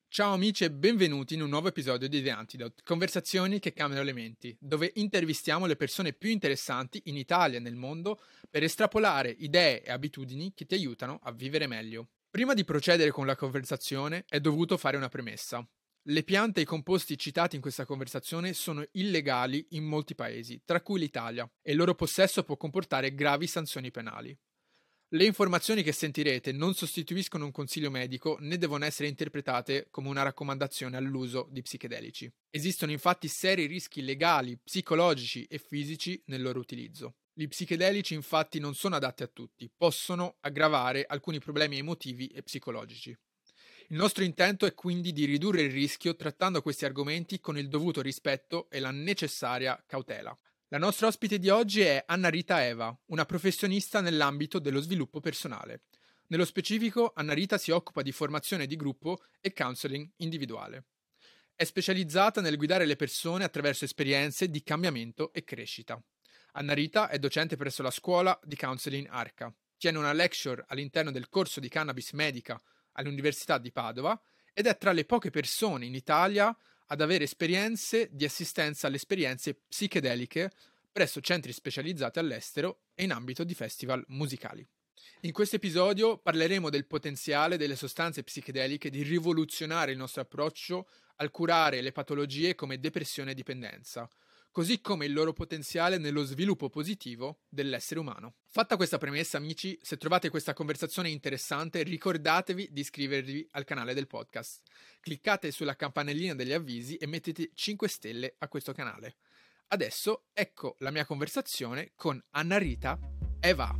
Ciao amici e benvenuti in un nuovo episodio di The Antidote, conversazioni che cambiano le menti, dove intervistiamo le persone più interessanti in Italia e nel mondo per estrapolare idee e abitudini che ti aiutano a vivere meglio. Prima di procedere con la conversazione è dovuto fare una premessa. Le piante e i composti citati in questa conversazione sono illegali in molti paesi, tra cui l'Italia, e il loro possesso può comportare gravi sanzioni penali. Le informazioni che sentirete non sostituiscono un consiglio medico né devono essere interpretate come una raccomandazione all'uso di psichedelici. Esistono infatti seri rischi legali, psicologici e fisici nel loro utilizzo. Gli psichedelici infatti non sono adatti a tutti, possono aggravare alcuni problemi emotivi e psicologici. Il nostro intento è quindi di ridurre il rischio trattando questi argomenti con il dovuto rispetto e la necessaria cautela. La nostra ospite di oggi è Anna Rita Eva, una professionista nell'ambito dello sviluppo personale. Nello specifico, Anna Rita si occupa di formazione di gruppo e counseling individuale. È specializzata nel guidare le persone attraverso esperienze di cambiamento e crescita. Anna Rita è docente presso la scuola di counseling Arca. Tiene una lecture all'interno del corso di cannabis medica all'Università di Padova ed è tra le poche persone in Italia ad avere esperienze di assistenza alle esperienze psichedeliche presso centri specializzati all'estero e in ambito di festival musicali. In questo episodio parleremo del potenziale delle sostanze psichedeliche di rivoluzionare il nostro approccio al curare le patologie come depressione e dipendenza, così come il loro potenziale nello sviluppo positivo dell'essere umano. Fatta questa premessa, amici, se trovate questa conversazione interessante, ricordatevi di iscrivervi al canale del podcast. Cliccate sulla campanellina degli avvisi e mettete 5 stelle a questo canale. Adesso ecco la mia conversazione con Anna Rita Eva.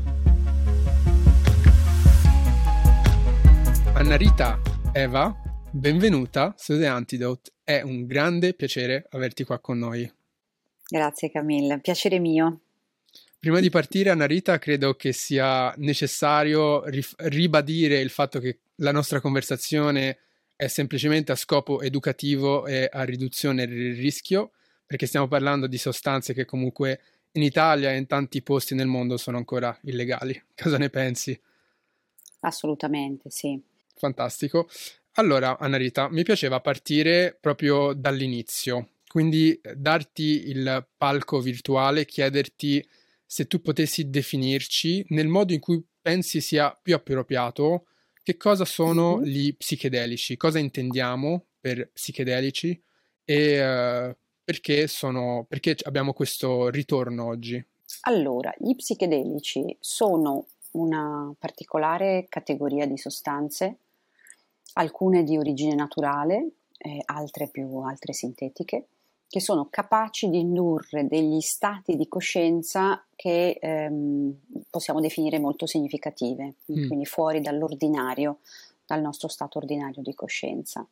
Anna Rita Eva, benvenuta su The Antidote. È un grande piacere averti qua con noi. Grazie Camille, piacere mio. Prima di partire, Anna Rita, credo che sia necessario ribadire il fatto che la nostra conversazione è semplicemente a scopo educativo e a riduzione del rischio, perché stiamo parlando di sostanze che comunque in Italia e in tanti posti nel mondo sono ancora illegali. Cosa ne pensi? Assolutamente, sì. Fantastico. Allora, Anna Rita, mi piaceva partire proprio dall'inizio, quindi darti il palco virtuale, chiederti se tu potessi definirci nel modo in cui pensi sia più appropriato che cosa sono gli psichedelici, cosa intendiamo per psichedelici e perché abbiamo questo ritorno oggi. Allora, gli psichedelici sono una particolare categoria di sostanze, alcune di origine naturale, altre sintetiche, che sono capaci di indurre degli stati di coscienza che possiamo definire molto significative, quindi fuori dall'ordinario, dal nostro stato ordinario di coscienza.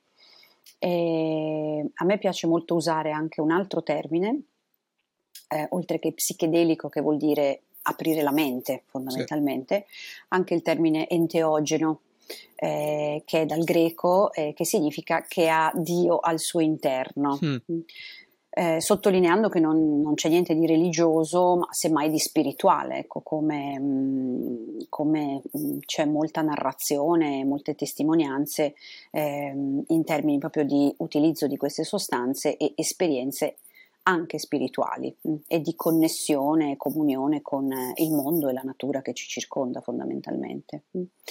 A me piace molto usare anche un altro termine, oltre che psichedelico, che vuol dire aprire la mente fondamentalmente, sì. Anche il termine enteogeno, che è dal greco, che significa che ha Dio al suo interno. Sottolineando che non c'è niente di religioso, ma semmai di spirituale, ecco, come c'è molta narrazione, molte testimonianze in termini proprio di utilizzo di queste sostanze e esperienze anche spirituali e di connessione e comunione con il mondo e la natura che ci circonda fondamentalmente.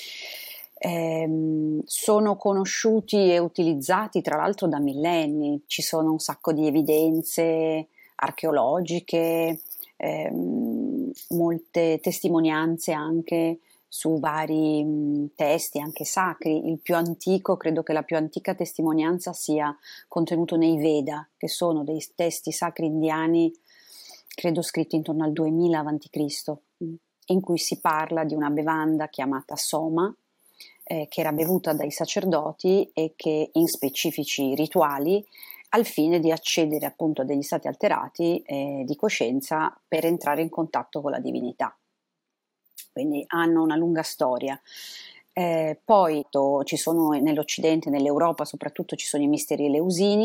Sono conosciuti e utilizzati tra l'altro da millenni, ci sono un sacco di evidenze archeologiche, molte testimonianze anche su vari testi anche sacri. Il più antico, credo che la più antica testimonianza sia contenuto nei Veda, che sono dei testi sacri indiani, credo scritti intorno al 2000 a.C., in cui si parla di una bevanda chiamata soma, che era bevuta dai sacerdoti e che in specifici rituali, al fine di accedere appunto a degli stati alterati di coscienza per entrare in contatto con la divinità. Quindi hanno una lunga storia. Poi ci sono nell'Occidente, nell'Europa soprattutto, ci sono i misteri eleusini,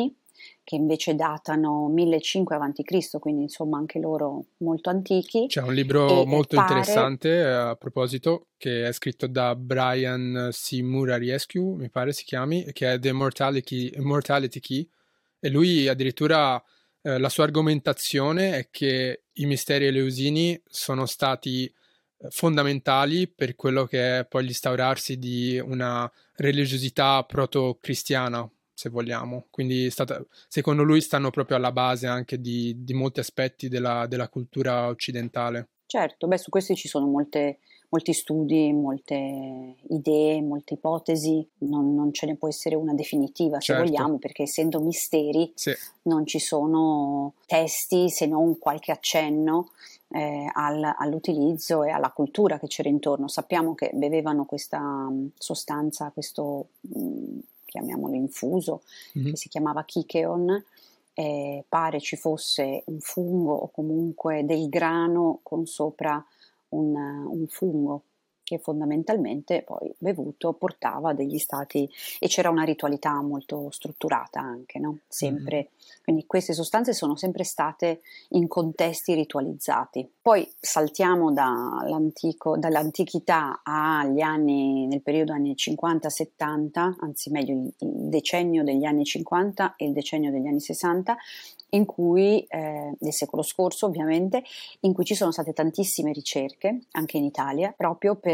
che invece datano 1500 a.C., quindi insomma anche loro molto antichi. C'è un libro molto interessante a proposito, che è scritto da Brian C. Murariescu, mi pare si chiami, che è The Immortality Key, e lui addirittura la sua argomentazione è che i misteri eleusini sono stati fondamentali per quello che è poi l'instaurarsi di una religiosità proto-cristiana, se vogliamo. Quindi secondo lui stanno proprio alla base anche di molti aspetti della cultura occidentale. Certo, su questi ci sono molti studi, molte idee, molte ipotesi, non ce ne può essere una definitiva, se vogliamo, perché essendo misteri non ci sono testi se non qualche accenno all'utilizzo e alla cultura che c'era intorno. Sappiamo che bevevano questa sostanza, questo chiamiamolo infuso, che si chiamava Kikeon. Pare ci fosse un fungo o comunque del grano con sopra un fungo che fondamentalmente poi bevuto portava degli stati, e c'era una ritualità molto strutturata anche, no? Sempre. Quindi queste sostanze sono sempre state in contesti ritualizzati. Poi saltiamo dall'antichità agli anni, nel periodo anni 50-70, anzi meglio il decennio degli anni 50 e il decennio degli anni 60, in cui, del secolo scorso ovviamente, in cui ci sono state tantissime ricerche, anche in Italia, proprio per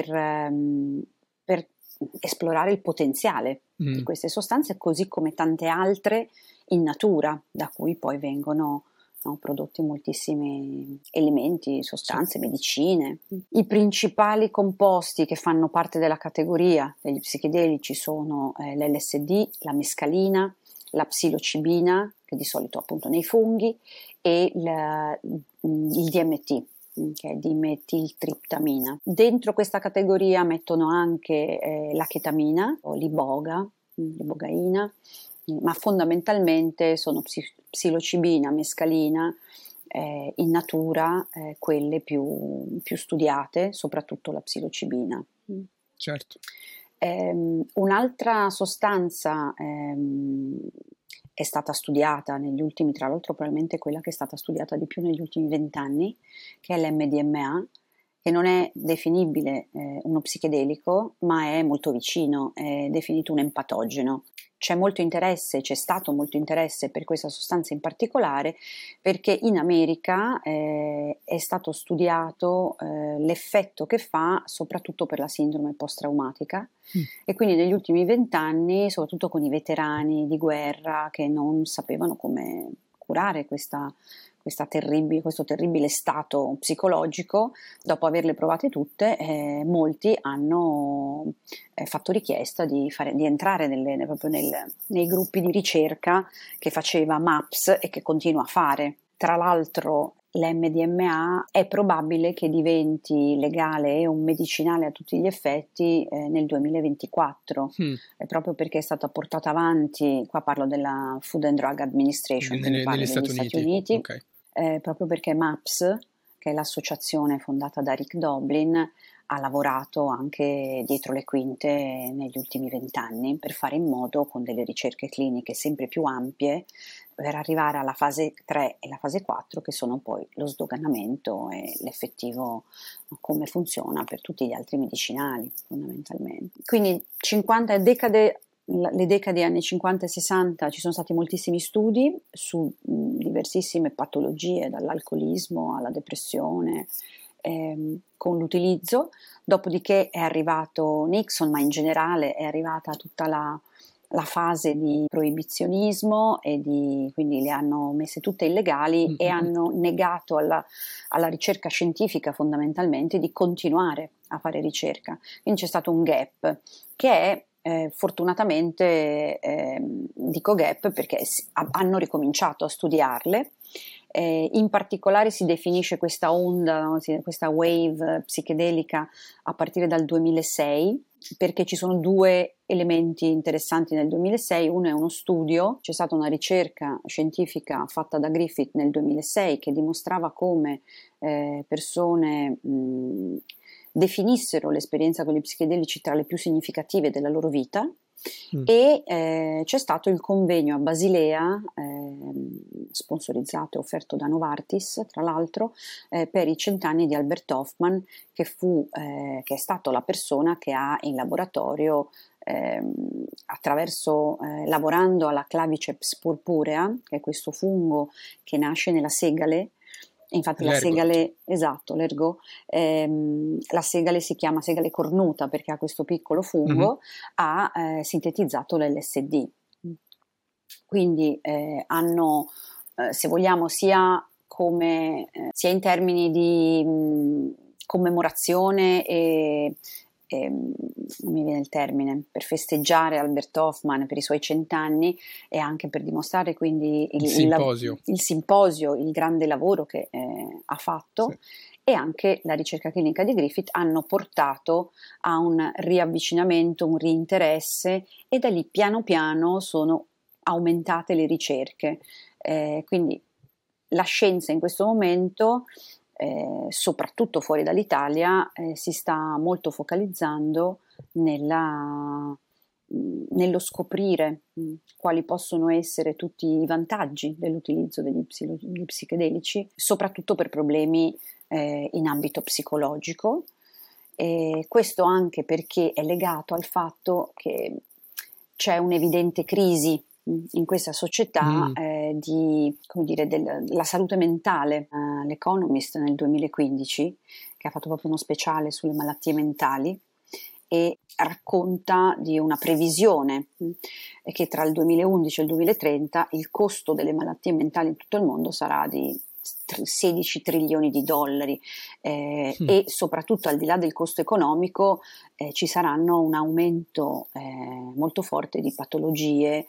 esplorare il potenziale di queste sostanze, così come tante altre in natura, da cui poi vengono prodotti moltissimi elementi, sostanze, medicine. I principali composti che fanno parte della categoria degli psichedelici sono l'LSD, la mescalina, la psilocibina, che di solito appunto nei funghi, e il DMT, che è dimetiltriptamina. Dentro questa categoria mettono anche la chetamina o l'ibogaina, ma fondamentalmente sono psilocibina, mescalina, in natura quelle più studiate, soprattutto la psilocibina. Certo. Un'altra sostanza è stata studiata negli ultimi, tra l'altro probabilmente quella che è stata studiata di più negli ultimi 20 anni, che è l'MDMA, che non è definibile uno psichedelico, ma è molto vicino, è definito un empatogeno. C'è stato molto interesse per questa sostanza in particolare, perché in America è stato studiato l'effetto che fa soprattutto per la sindrome post-traumatica, e quindi negli ultimi 20 anni, soprattutto con i veterani di guerra che non sapevano come curare questo terribile stato psicologico, dopo averle provate tutte, molti hanno fatto richiesta di entrare proprio nei gruppi di ricerca che faceva MAPS e che continua a fare. Tra l'altro l'MDMA è probabile che diventi legale e un medicinale a tutti gli effetti nel 2024, proprio perché è stata portata avanti, qua parlo della Food and Drug Administration, negli Stati Uniti. Okay. Proprio perché MAPS, che è l'associazione fondata da Rick Doblin, ha lavorato anche dietro le quinte negli ultimi 20 anni per fare in modo, con delle ricerche cliniche sempre più ampie, per arrivare alla fase 3 e la fase 4, che sono poi lo sdoganamento e l'effettivo come funziona per tutti gli altri medicinali, fondamentalmente. Quindi le decadi anni 50 e 60 ci sono stati moltissimi studi su diversissime patologie, dall'alcolismo alla depressione, con l'utilizzo. Dopodiché è arrivato Nixon, ma in generale è arrivata tutta la fase di proibizionismo quindi le hanno messe tutte illegali e hanno negato alla ricerca scientifica fondamentalmente di continuare a fare ricerca. Quindi c'è stato un gap che è fortunatamente, dico gap perché hanno ricominciato a studiarle. In particolare si definisce questa onda, questa wave psichedelica a partire dal 2006, perché ci sono due elementi interessanti nel 2006. Uno è uno studio, c'è stata una ricerca scientifica fatta da Griffith nel 2006 che dimostrava come persone definissero l'esperienza con gli psichedelici tra le più significative della loro vita. E c'è stato il convegno a Basilea sponsorizzato e offerto da Novartis, tra l'altro, per i 100 anni di Albert Hofmann, che è stato la persona che ha in laboratorio, lavorando alla Claviceps purpurea, che è questo fungo che nasce nella segale. Infatti la segale, esatto, l'ergot, la segale si chiama segale cornuta perché ha questo piccolo fungo, ha sintetizzato l'LSD. Quindi hanno, se vogliamo, sia in termini di commemorazione e non mi viene il termine, per festeggiare Albert Hofmann per i suoi 100 anni e anche per dimostrare quindi il simposio, il grande lavoro che ha fatto, e anche la ricerca clinica di Griffith hanno portato a un riavvicinamento, un rinteresse, e da lì piano piano sono aumentate le ricerche. Quindi la scienza in questo momento, soprattutto fuori dall'Italia, si sta molto focalizzando nello scoprire quali possono essere tutti i vantaggi dell'utilizzo degli psichedelici, soprattutto per problemi in ambito psicologico. Questo anche perché è legato al fatto che c'è un'evidente crisi in questa società della salute mentale. L'Economist nel 2015, che ha fatto proprio uno speciale sulle malattie mentali, e racconta di una previsione che tra il 2011 e il 2030 il costo delle malattie mentali in tutto il mondo sarà di 16 trilioni di dollari, e soprattutto al di là del costo economico ci saranno un aumento molto forte di patologie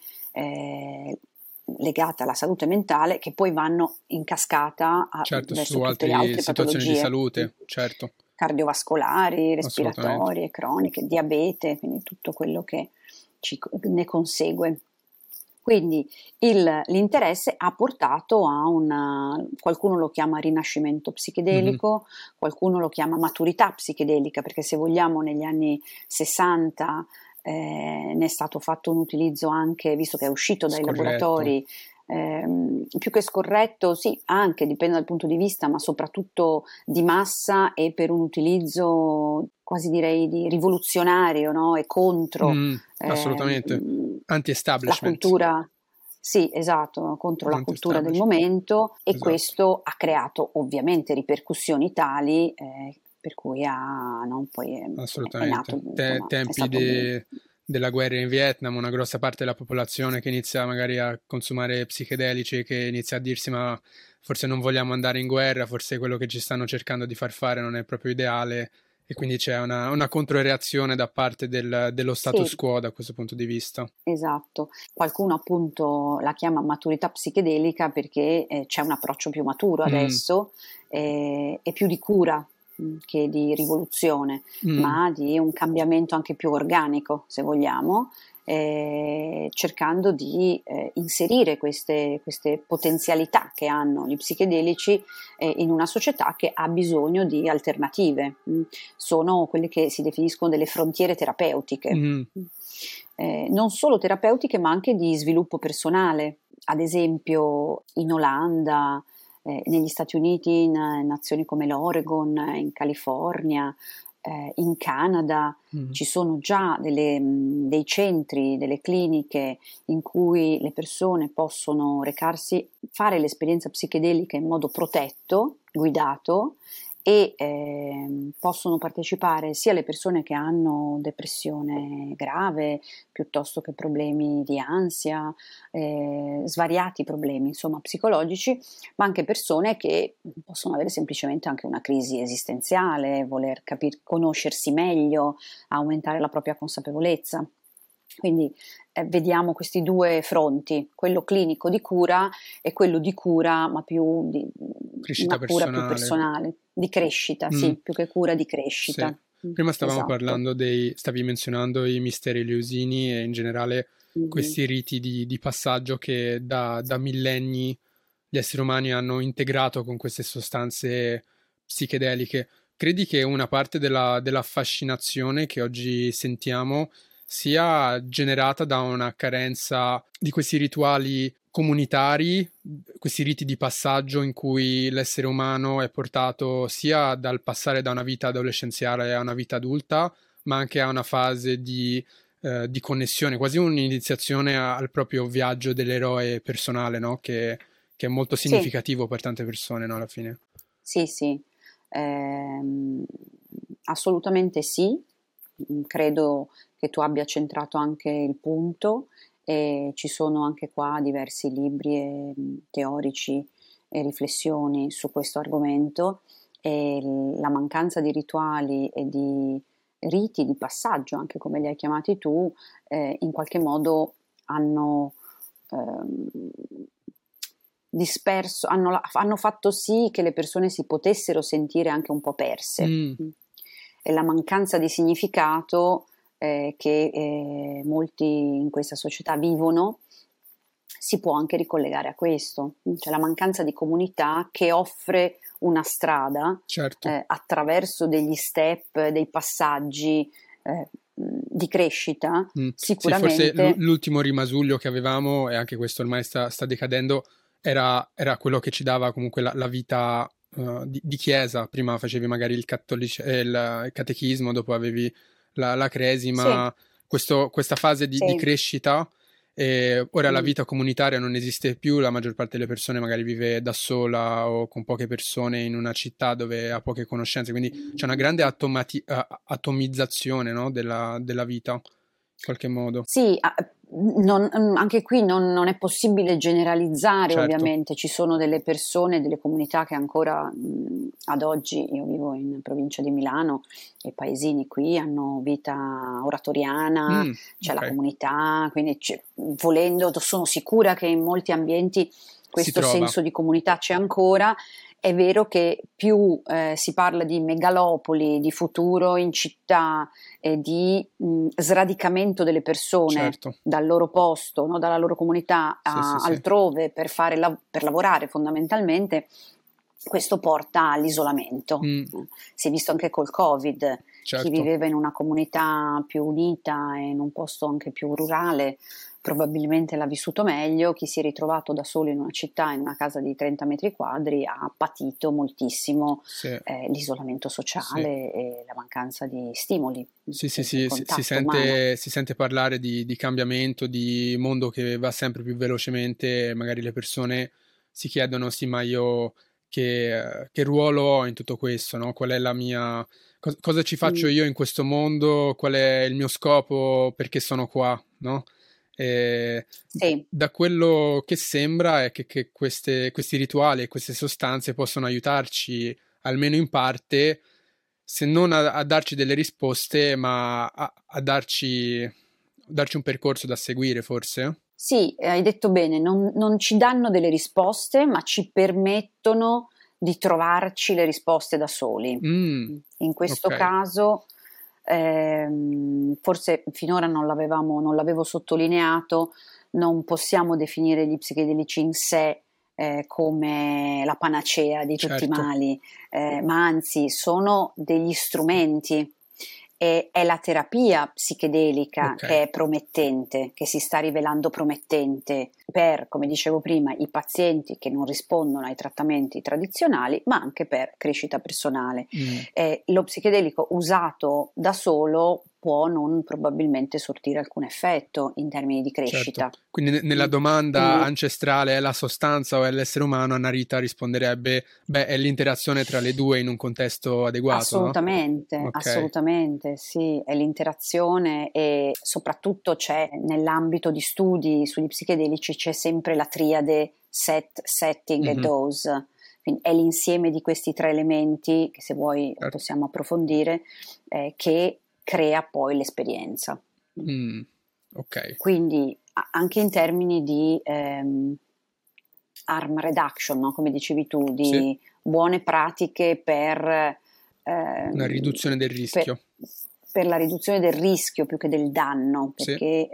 legate alla salute mentale, che poi vanno in cascata verso tutte le altre situazioni patologie di salute, certo, cardiovascolari, respiratorie, croniche, diabete, quindi tutto quello che ne consegue. Quindi l'interesse ha portato a qualcuno lo chiama rinascimento psichedelico, qualcuno lo chiama maturità psichedelica, perché se vogliamo negli anni 60 ne è stato fatto un utilizzo anche, visto che è uscito dai laboratori, più che scorretto, sì, anche dipende dal punto di vista, ma soprattutto di massa e per un utilizzo quasi direi di rivoluzionario, no? E contro assolutamente anti-establishment. la cultura, sì, esatto, contro la cultura del momento, e esatto. Questo ha creato ovviamente ripercussioni tali per cui poi è nato, tempi della guerra in Vietnam, una grossa parte della popolazione che inizia magari a consumare psichedelici, che inizia a dirsi ma forse non vogliamo andare in guerra, forse quello che ci stanno cercando di far fare non è proprio ideale, e quindi c'è una controreazione da parte dello status quo da questo punto di vista. Esatto, qualcuno appunto la chiama maturità psichedelica perché c'è un approccio più maturo adesso, e più di cura che di rivoluzione, ma di un cambiamento anche più organico, se vogliamo, cercando di inserire queste potenzialità che hanno gli psichedelici in una società che ha bisogno di alternative. Sono quelle che si definiscono delle frontiere terapeutiche, non solo terapeutiche ma anche di sviluppo personale. Ad esempio in Olanda, negli Stati Uniti, in nazioni come l'Oregon, in California, in Canada, ci sono già dei centri, delle cliniche in cui le persone possono recarsi, fare l'esperienza psichedelica in modo protetto, guidato, e possono partecipare sia le persone che hanno depressione grave, piuttosto che problemi di ansia, svariati problemi insomma psicologici, ma anche persone che possono avere semplicemente anche una crisi esistenziale, voler conoscersi meglio, aumentare la propria consapevolezza. Quindi vediamo questi due fronti, quello clinico di cura e quello di cura, ma più di crescita cura più personale, di crescita, sì, più che cura, di crescita. Sì. Prima stavamo parlando stavi menzionando i misteri eleusini e in generale questi riti di passaggio che da millenni gli esseri umani hanno integrato con queste sostanze psichedeliche. Credi che una parte della fascinazione che oggi sentiamo sia generata da una carenza di questi rituali comunitari, questi riti di passaggio in cui l'essere umano è portato sia dal passare da una vita adolescenziale a una vita adulta, ma anche a una fase di connessione, quasi un'iniziazione al proprio viaggio dell'eroe personale, no? Che è molto Sì, significativo per tante persone, no? Alla fine. sì, sì, ehm, assolutamente sì. Credo che tu abbia centrato anche il punto e ci sono anche qua diversi libri teorici e riflessioni su questo argomento e la mancanza di rituali e di riti di passaggio, anche come li hai chiamati tu, in qualche modo hanno ehm, disperso, hanno fatto sì che le persone si potessero sentire anche un po' perse. Mm, E la mancanza di significato che molti in questa società vivono si può anche ricollegare a questo, cioè la mancanza di comunità che offre una strada certo. attraverso degli step, dei passaggi di crescita, Sì, forse sicuramente l'ultimo rimasuglio che avevamo, e anche questo ormai sta decadendo, era quello che ci dava comunque la vita di chiesa. Prima facevi magari il catechismo, dopo avevi la sì, cresima, questa fase di sì. crescita. E ora la Mm. vita comunitaria non esiste più, la maggior parte delle persone magari vive da sola o con poche persone in una città dove ha poche conoscenze, quindi c'è una grande atomizzazione, no, della vita, in qualche modo. Sì, anche qui non è possibile generalizzare, Certo. ovviamente, ci sono delle persone, delle comunità che ancora ad oggi, io vivo in provincia di Milano, e i paesini qui hanno vita oratoriana, c'è la Ok. comunità, quindi volendo, sono sicura che in molti ambienti Si questo trova. senso di comunità c'è ancora. È vero che più si parla di megalopoli, di futuro in città, di sradicamento delle persone Certo. dal loro posto, no, dalla loro comunità Sì, sì, sì. altrove per lavorare fondamentalmente, questo porta all'isolamento. Mm, Si è visto anche col Covid, chi certo. viveva in una comunità più unita e in un posto anche più rurale probabilmente l'ha vissuto meglio, chi si è ritrovato da solo in una città, in una casa di 30 metri quadri, ha patito moltissimo Sì, l'isolamento sì. sociale e la mancanza di stimoli, Sì, sì, del sì, contatto umano. si sente parlare di cambiamento, di mondo che va sempre più velocemente, e magari le persone si chiedono, sì, ma io che ruolo ho in tutto questo, no? Qual è la mia... cosa ci faccio Mm, io in questo mondo? Qual è il mio scopo? Perché sono qua, no? E sì, da quello che sembra è che questi rituali e queste sostanze possono aiutarci, almeno in parte, se non a darci delle risposte, ma a darci un percorso da seguire, forse? sì, hai detto bene, non ci danno delle risposte, ma ci permettono di trovarci le risposte da soli. Mm, In questo ok, caso, forse finora non l'avevo sottolineato, non possiamo definire gli psichedelici in sé come la panacea di tutti i certo, mali, ma anzi sono degli strumenti. E è la terapia psichedelica ok, che è promettente, che si sta rivelando promettente per, come dicevo prima, i pazienti che non rispondono ai trattamenti tradizionali, ma anche per crescita personale. mm, Lo psichedelico usato da solo può non probabilmente sortire alcun effetto in termini di certo. crescita. Quindi nella Mm. domanda Quindi ancestrale è la sostanza o è l'essere umano, Annarita risponderebbe, beh, è l'interazione tra le due in un contesto adeguato, no? assolutamente, Ok, assolutamente, sì, è l'interazione e soprattutto c'è nell'ambito di studi sugli psichedelici c'è sempre la triade set, setting e mhm, dose, quindi è l'insieme di questi tre elementi che se vuoi certo. possiamo approfondire che crea poi l'esperienza. Mm, ok, Quindi anche in termini di harm reduction, no? Come dicevi tu, sì, di buone pratiche una ehm, riduzione del per- rischio, per la riduzione del rischio più che del danno, sì. perché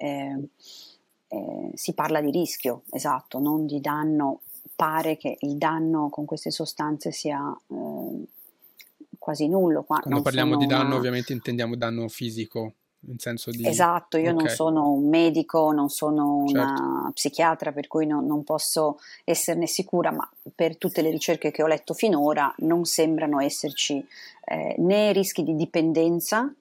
si parla di rischio, esatto, non di danno. Pare che il danno con queste sostanze sia quasi nullo, qua Quando non parliamo sono di danno, una. ovviamente intendiamo danno fisico, in senso di... Esatto, io non Ok, sono un medico, non sono certo. una psichiatra, per cui non posso esserne sicura, ma per tutte le ricerche che ho letto finora non sembrano esserci né rischi di dipendenza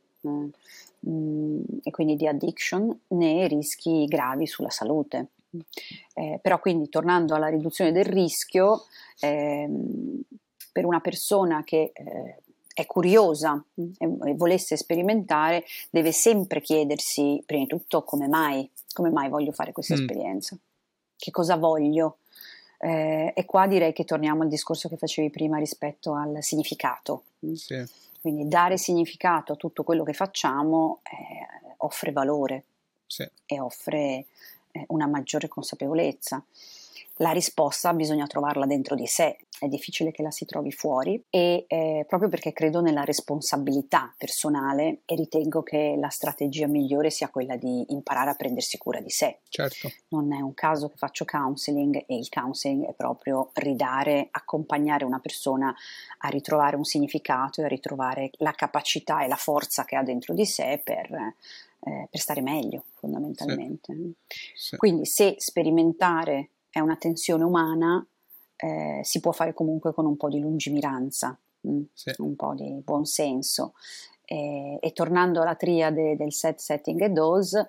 e quindi di addiction, né rischi gravi sulla salute. Però quindi tornando alla riduzione del rischio, ehm, per una persona che è curiosa e volesse sperimentare, deve sempre chiedersi, prima di tutto, come mai voglio fare questa Mm, esperienza, che cosa voglio. E qua direi che torniamo al discorso che facevi prima rispetto al significato. sì, Quindi dare significato a tutto quello che facciamo offre valore sì. e offre una maggiore consapevolezza. La risposta bisogna trovarla dentro di sé, è difficile che la si trovi fuori e proprio perché credo nella responsabilità personale e ritengo che la strategia migliore sia quella di imparare a prendersi cura di sé. Certo. Non è un caso che faccio counseling e il counseling è proprio ridare, accompagnare una persona a ritrovare un significato e a ritrovare la capacità e la forza che ha dentro di sé per stare meglio, Sì, fondamentalmente. sì, Quindi se sperimentare è una tensione umana, si può fare comunque con un po' di lungimiranza, sì. un po' di buonsenso. E tornando alla triade del set, setting e dose,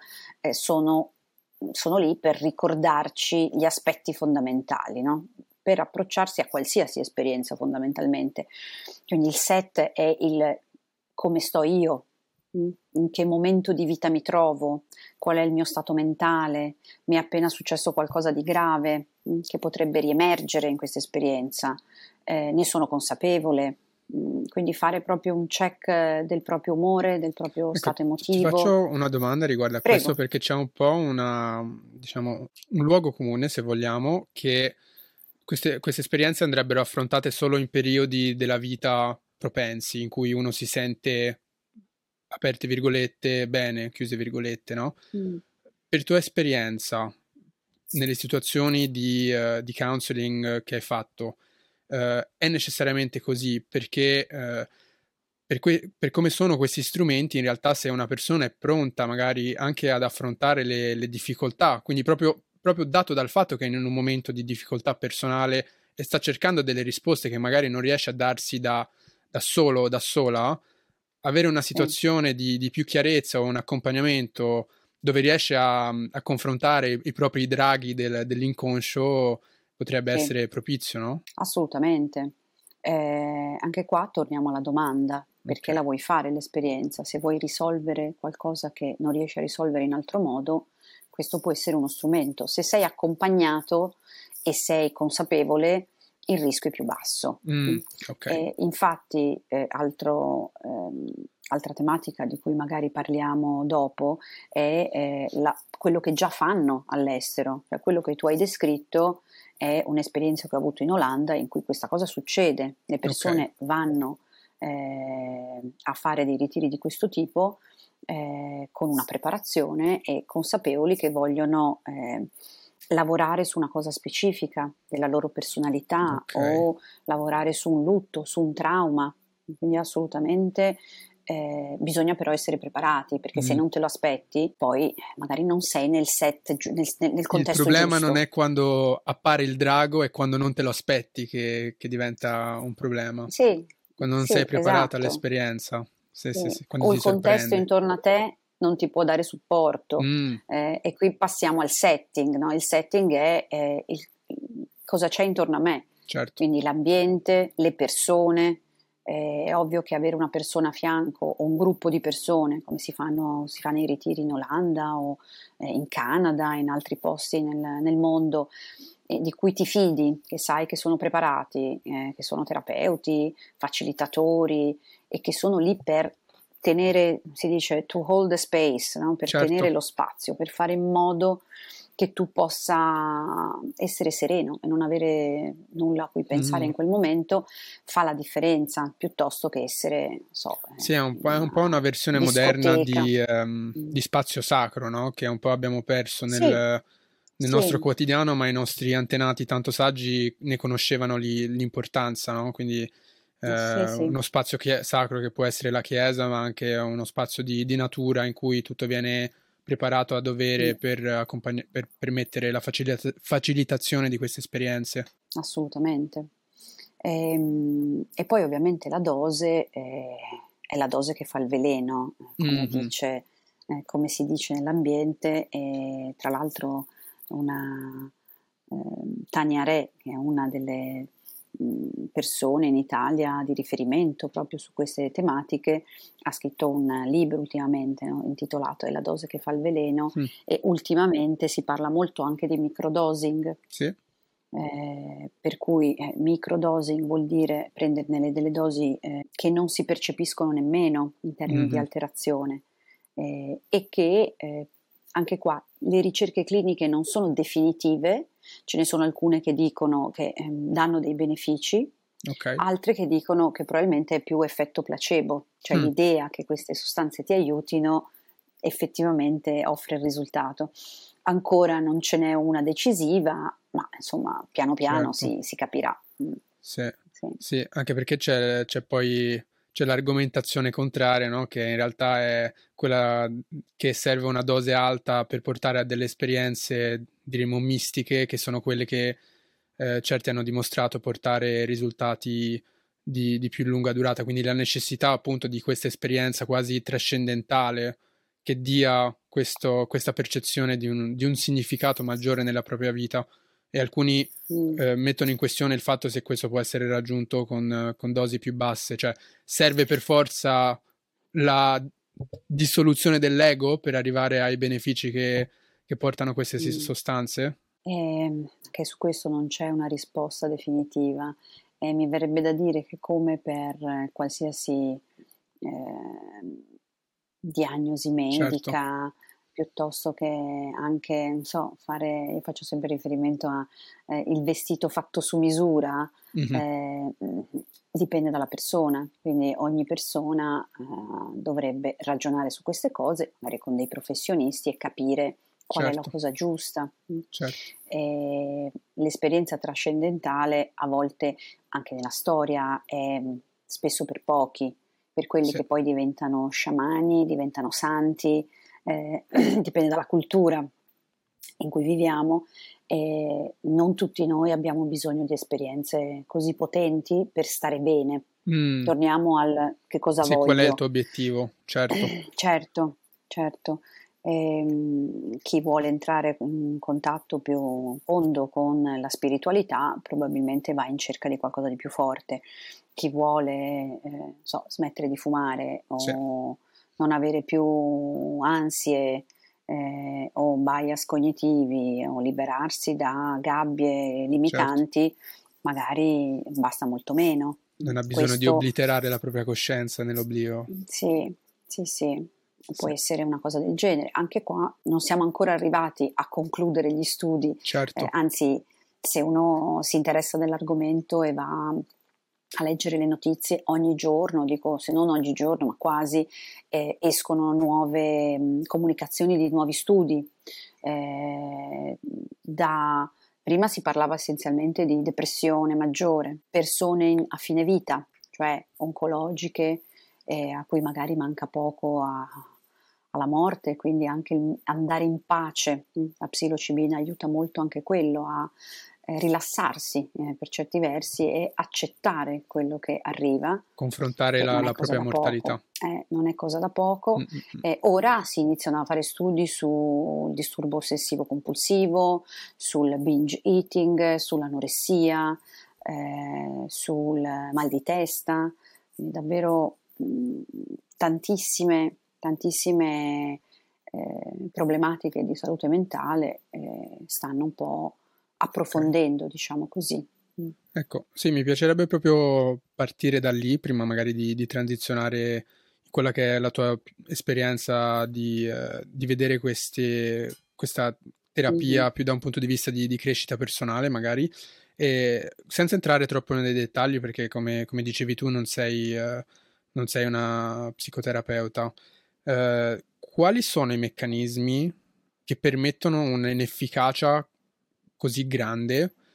sono lì per ricordarci gli aspetti fondamentali, no? Per approcciarsi a qualsiasi esperienza fondamentalmente. Quindi il set è il come sto io, in che momento di vita mi trovo, qual è il mio stato mentale, mi è appena successo qualcosa di grave che potrebbe riemergere in questa esperienza, ne sono consapevole, quindi fare proprio un check del proprio umore, del proprio Ecco, stato ti emotivo. faccio una domanda riguardo a questo Prego. perché c'è un po' una, diciamo, un luogo comune, se vogliamo, che queste esperienze andrebbero affrontate solo in periodi della vita propensi, in cui uno si sente, aperte virgolette, bene, chiuse virgolette, no? Mm. Per tua esperienza, nelle situazioni di counseling che hai fatto, è necessariamente così perché per come sono questi strumenti, in realtà se una persona è pronta magari anche ad affrontare le difficoltà, quindi proprio dato dal fatto che è in un momento di difficoltà personale e sta cercando delle risposte che magari non riesce a darsi da solo o da sola, avere una Sì, situazione di più chiarezza o un accompagnamento dove riesce a confrontare i propri draghi dell'inconscio potrebbe sì. essere propizio, no? Assolutamente. Anche qua torniamo alla domanda, Ok, perché la vuoi fare l'esperienza? Se vuoi risolvere qualcosa che non riesci a risolvere in altro modo, questo può essere uno strumento. Se sei accompagnato e sei consapevole, il rischio è più basso. ok, Infatti, altra tematica di cui magari parliamo dopo è quello che già fanno all'estero, cioè quello che tu hai descritto è un'esperienza che ho avuto in Olanda in cui questa cosa succede, le ok, persone vanno a fare dei ritiri di questo tipo con una preparazione e consapevoli che vogliono lavorare su una cosa specifica della loro personalità ok. o lavorare su un lutto, su un trauma. Quindi assolutamente bisogna però essere preparati perché se Mm. non te lo aspetti poi magari non sei nel set, nel Il contesto problema non giusto. è quando appare il drago, è quando non te lo aspetti che diventa un problema. Sì, Quando non sei sì, preparato esatto. all'esperienza, Sì. quando O ti il contesto sorprende. intorno a te non ti può dare supporto. Mm, E qui passiamo al setting, no? Il setting è cosa c'è intorno a me, certo, quindi l'ambiente, le persone. È ovvio che avere una persona a fianco o un gruppo di persone, come si fa nei ritiri in Olanda o in Canada, in altri posti nel mondo, di cui ti fidi, che sai che sono preparati, che sono terapeuti, facilitatori e che sono lì per tenere, si dice, to hold the space, no? Per tenere certo. lo spazio, per fare in modo che tu possa essere sereno e non avere nulla a cui pensare Mm. in quel momento, fa la differenza piuttosto che essere, non so, Sì, in è un po' una una versione moderna discoteca. Mm. di spazio sacro, no? Che un po' abbiamo perso Sì, nel nostro sì, quotidiano, ma i nostri antenati tanto saggi ne conoscevano l'importanza, no? Quindi Sì, sì. uno spazio sacro che può essere la chiesa, ma anche uno spazio di natura in cui tutto viene preparato a dovere Sì. per permettere la facilitazione di queste esperienze. Assolutamente. E poi ovviamente la dose è la dose che fa il veleno, Mhm. come si dice nell'ambiente, e tra l'altro Tania Re, che è una delle persone in Italia di riferimento proprio su queste tematiche, ha scritto un libro ultimamente, no, intitolato È la dose che fa il veleno, Mm, e ultimamente si parla molto anche di microdosing. sì. Per cui microdosing vuol dire prenderne delle dosi che non si percepiscono nemmeno in termini di Mhm. alterazione, e che anche qua le ricerche cliniche non sono definitive, ce ne sono alcune che dicono che danno dei benefici, Ok. altre che dicono che probabilmente è più effetto placebo, cioè Mm, l'idea che queste sostanze ti aiutino effettivamente offre il risultato. Ancora non ce n'è una decisiva, ma insomma piano piano certo. si capirà. Sì, Sì. sì, anche perché c'è poi c'è l'argomentazione contraria, no? Che in realtà è quella che serve una dose alta per portare a delle esperienze, diremo, mistiche, che sono quelle che certi hanno dimostrato portare risultati di più lunga durata. Quindi la necessità appunto di questa esperienza quasi trascendentale che dia questa percezione di un significato maggiore nella propria vita. E alcuni Mm. mettono in questione il fatto se questo può essere raggiunto con dosi più basse, cioè serve per forza la dissoluzione dell'ego per arrivare ai benefici che portano queste Mm. sostanze? Che su questo non c'è una risposta definitiva, e mi verrebbe da dire che come per qualsiasi diagnosi Certo. medica, piuttosto che anche, non so, io faccio sempre riferimento a il vestito fatto su misura, Mhm. eh, dipende dalla persona, quindi ogni persona dovrebbe ragionare su queste cose, magari con dei professionisti, e capire qual è la Certo, cosa giusta. certo. L'esperienza trascendentale a volte anche nella storia è spesso per pochi, per quelli Sì. che poi diventano sciamani, diventano santi, dipende dalla cultura in cui viviamo, e non tutti noi abbiamo bisogno di esperienze così potenti per stare bene. Mm, Torniamo al che cosa sì, qual è il voglio. tuo obiettivo? Certo, Certo, certo. Chi vuole entrare in contatto più fondo con la spiritualità probabilmente va in cerca di qualcosa di più forte. Chi vuole, so, smettere di fumare sì, o non avere più ansie o bias cognitivi o liberarsi da gabbie certo. limitanti, magari basta molto meno. Non ha bisogno di Questo obliterare la propria coscienza nell'oblio. sì, sì, sì, può Sì, essere una cosa del genere. Anche qua non siamo ancora arrivati a concludere gli studi, certo. anzi, se uno si interessa dell'argomento e va a leggere le notizie ogni giorno, dico se non ogni giorno, ma quasi, escono nuove comunicazioni di nuovi studi. Prima si parlava essenzialmente di depressione maggiore, persone a fine vita, cioè oncologiche, a cui magari manca poco alla morte, quindi anche andare in pace. La psilocibina aiuta molto anche quello a rilassarsi per certi versi e accettare quello che arriva, Confrontare che non è la cosa propria da poco. mortalità. Non è cosa da Mm, poco. mm, mm. Ora si iniziano a fare studi sul disturbo ossessivo compulsivo, sul binge eating, sull'anoressia, sul mal di testa, quindi davvero tantissime, tantissime problematiche di salute mentale stanno un po' Ok. approfondendo, diciamo così. Mm. Ecco, sì, mi piacerebbe proprio partire da lì, prima magari di transizionare in quella che è la tua esperienza di vedere questa Mhm. terapia più da un punto di vista di crescita personale, magari, e senza entrare troppo nei dettagli, perché come dicevi tu non sei una psicoterapeuta. Quali sono i meccanismi che permettono un'efficacia così grande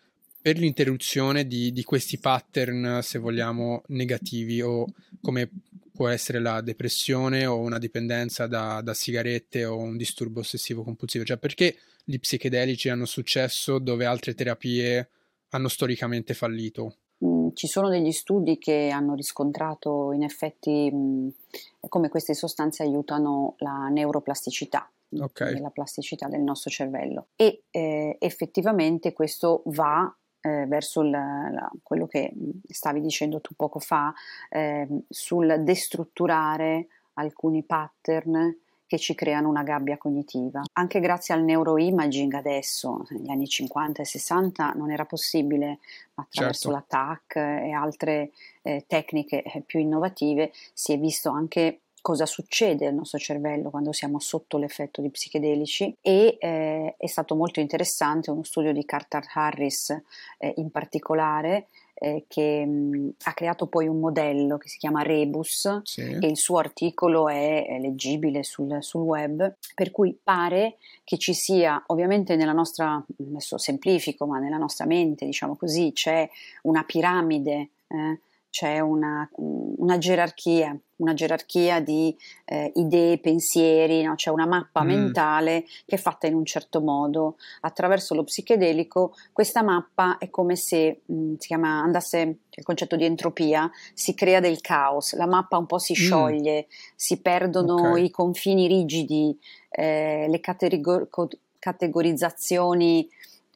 per l'interruzione di questi pattern, se vogliamo, negativi, o come può essere la depressione o una dipendenza da sigarette o un disturbo ossessivo compulsivo. Cioè, perché gli psichedelici hanno successo dove altre terapie hanno storicamente fallito? Ci sono degli studi che hanno riscontrato in effetti come queste sostanze aiutano la neuroplasticità, Ok, la plasticità del nostro cervello, e effettivamente questo va verso quello che stavi dicendo tu poco fa, sul destrutturare alcuni pattern che ci creano una gabbia cognitiva. Anche grazie al neuroimaging adesso, negli anni 50 e 60, non era possibile, attraverso certo. la TAC e altre tecniche più innovative, si è visto anche cosa succede al nostro cervello quando siamo sotto l'effetto di psichedelici, e è stato molto interessante uno studio di Carter Harris in particolare, che ha creato poi un modello che si chiama Rebus, Sì. e il suo articolo è leggibile sul web, per cui pare che ci sia, ovviamente nella nostra, adesso semplifico, ma nella nostra mente, diciamo così, c'è una piramide, c'è una gerarchia di idee, pensieri, no? C'è una mappa mentale che è fatta in un certo modo. Attraverso lo psichedelico questa mappa è come se andasse, il concetto di entropia, si crea del caos, la mappa un po' si scioglie, si perdono Ok. i confini rigidi, le categorizzazioni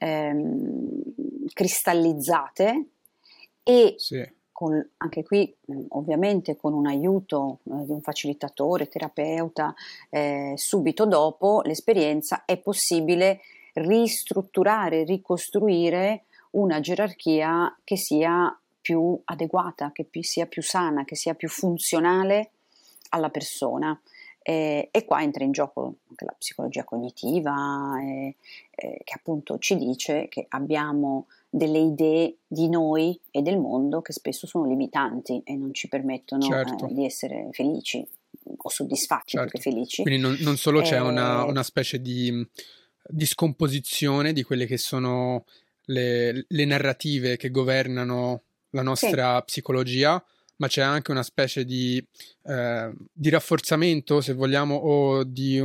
cristallizzate, e Sì. anche qui ovviamente con un aiuto di un facilitatore, terapeuta, subito dopo l'esperienza è possibile ristrutturare, ricostruire una gerarchia che sia più adeguata, che sia più sana, che sia più funzionale alla persona. E qua entra in gioco anche la psicologia cognitiva, che appunto ci dice che abbiamo delle idee di noi e del mondo che spesso sono limitanti e non ci permettono Certo. di essere felici o soddisfatti più che Certo. felici. Quindi non solo c'è Eh, una specie di scomposizione di quelle che sono le narrative che governano la sì, nostra psicologia, ma c'è anche una specie di rafforzamento, se vogliamo, o di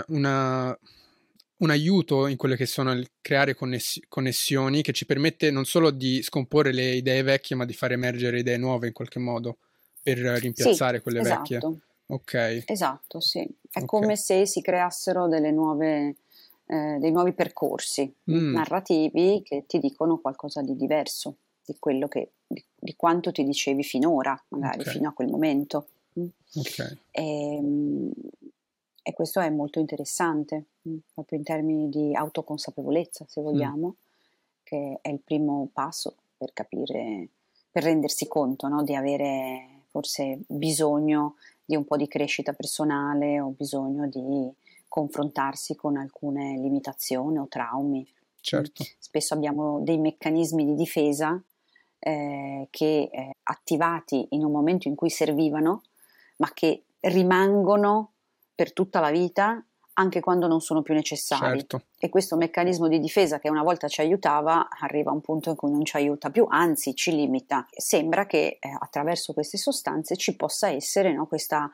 un aiuto in quelle che sono il creare connessioni che ci permette non solo di scomporre le idee vecchie, ma di far emergere idee nuove in qualche modo per sì, rimpiazzare quelle vecchie. esatto. Ok, Esatto, sì. È ok. come se si creassero dei nuovi percorsi Mm, narrativi che ti dicono qualcosa di diverso di quello di quanto ti dicevi finora, magari ok, fino a quel momento. Mm. ok. E, e questo è molto interessante, proprio in termini di autoconsapevolezza, se Mm, vogliamo, che è il primo passo per capire, per rendersi conto, no, di avere forse bisogno di un po' di crescita personale o bisogno di confrontarsi con alcune limitazioni o traumi. certo, Spesso abbiamo dei meccanismi di difesa che attivati in un momento in cui servivano, ma che rimangono per tutta la vita anche quando non sono più necessari. certo, E questo meccanismo di difesa che una volta ci aiutava arriva a un punto in cui non ci aiuta più, anzi ci limita. Sembra che attraverso queste sostanze ci possa essere, no, questa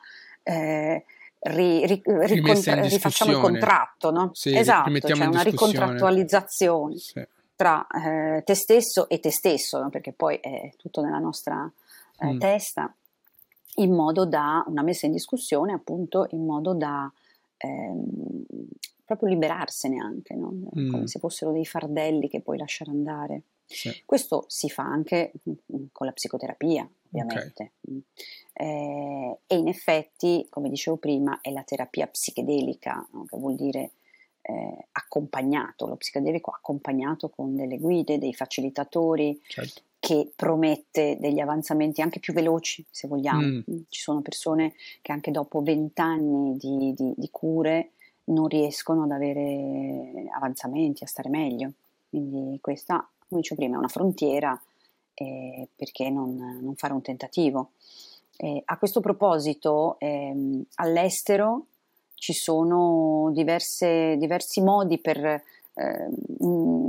rimessa in rifacciamo il discussione. contratto, no? Sì, Esatto, rimettiamo c'è in una discussione. ricontrattualizzazione Sì. tra te stesso e te stesso, no? Perché poi è tutto nella nostra Mm, testa, in modo da una messa in discussione, appunto, in modo da ehm, proprio liberarsene anche, no? Come mm, se fossero dei fardelli che puoi lasciare andare. sì, Questo si fa anche con la psicoterapia, ok, ovviamente. E in effetti, come dicevo prima, è la terapia psichedelica, no? Che vuol dire accompagnato, lo psichedelico accompagnato con delle guide, dei facilitatori, certo. che promette degli avanzamenti anche più veloci, se vogliamo. Mm, Ci sono persone che anche dopo 20 anni di cure non riescono ad avere avanzamenti, a stare meglio. Quindi questa, come dicevo prima, è una frontiera, perché non fare un tentativo? A questo proposito, all'estero ci sono diversi modi per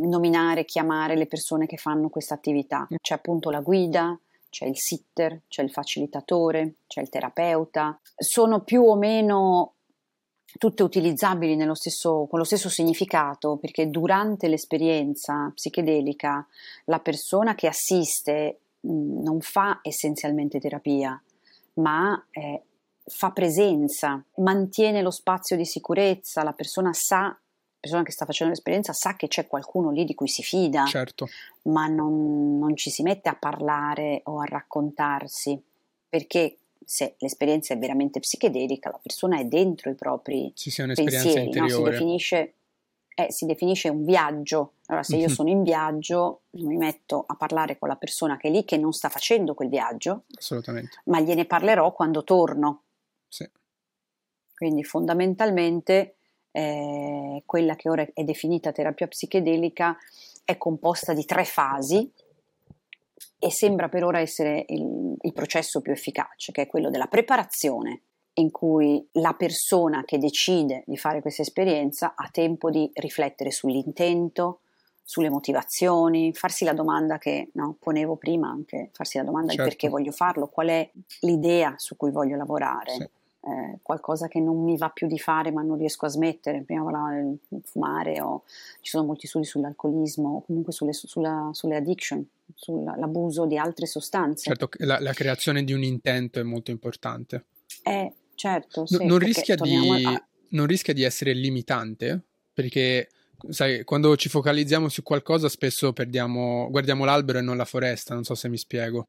nominare, chiamare le persone che fanno questa attività. C'è appunto la guida, c'è il sitter, c'è il facilitatore, c'è il terapeuta. Sono più o meno tutte utilizzabili con lo stesso significato, perché durante l'esperienza psichedelica la persona che assiste non fa essenzialmente terapia, ma fa presenza, mantiene lo spazio di sicurezza, la persona che sta facendo l'esperienza sa che c'è qualcuno lì di cui si fida, Certo. ma non ci si mette a parlare o a raccontarsi, perché se l'esperienza è veramente psichedelica, la persona è dentro i propri Sì, è un'esperienza pensieri, no? interiore. Si definisce un viaggio. Allora, se io sono in viaggio, mi metto a parlare con la persona che è lì, che non sta facendo quel viaggio, Assolutamente. ma gliene parlerò quando torno. Sì. Quindi fondamentalmente quella che ora è definita terapia psichedelica è composta di 3 fasi e sembra per ora essere il processo più efficace, che è quello della preparazione, in cui la persona che decide di fare questa esperienza ha tempo di riflettere sull'intento, sulle motivazioni, farsi la domanda che ponevo prima, anche farsi la domanda di perché voglio farlo, qual è l'idea su cui voglio lavorare. Sì. Qualcosa che non mi va più di fare ma non riesco a smettere. Prima parlavo del fumare, o ci sono molti studi sull'alcolismo, o comunque sulle addiction, sull'abuso di altre sostanze. Certo, la creazione di un intento è molto importante. Certo, sì, non rischia di essere limitante, perché sai, quando ci focalizziamo su qualcosa spesso guardiamo l'albero e non la foresta, non so se mi spiego.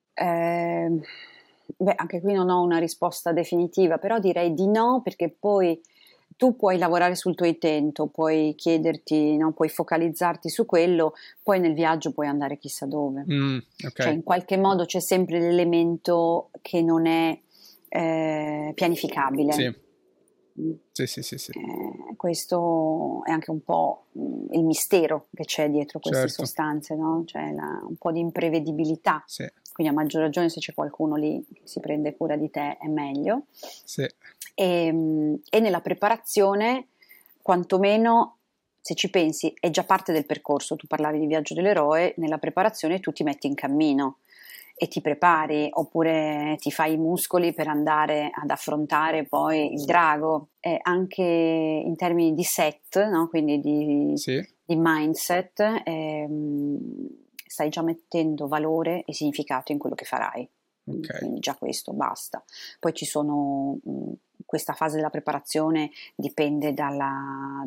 Anche qui non ho una risposta definitiva, però direi di no, perché poi tu puoi lavorare sul tuo intento, puoi chiederti, puoi focalizzarti su quello, poi nel viaggio puoi andare chissà dove. Okay. Cioè in qualche modo c'è sempre l'elemento che non è pianificabile. Sì. Sì. Questo è anche un po' il mistero che c'è dietro queste Certo. sostanze, no? C'è un po' di imprevedibilità. Sì. Quindi a maggior ragione se c'è qualcuno lì che si prende cura di te è meglio. Sì. E nella preparazione, quantomeno, se ci pensi, è già parte del percorso. Tu parlavi di viaggio dell'eroe, nella preparazione tu ti metti in cammino e ti prepari, oppure ti fai i muscoli per andare ad affrontare poi il drago, anche in termini di set, no? Quindi di mindset, stai già mettendo valore e significato in quello che farai. Okay. Quindi già questo basta. Poi ci sono questa fase della preparazione dipende dalla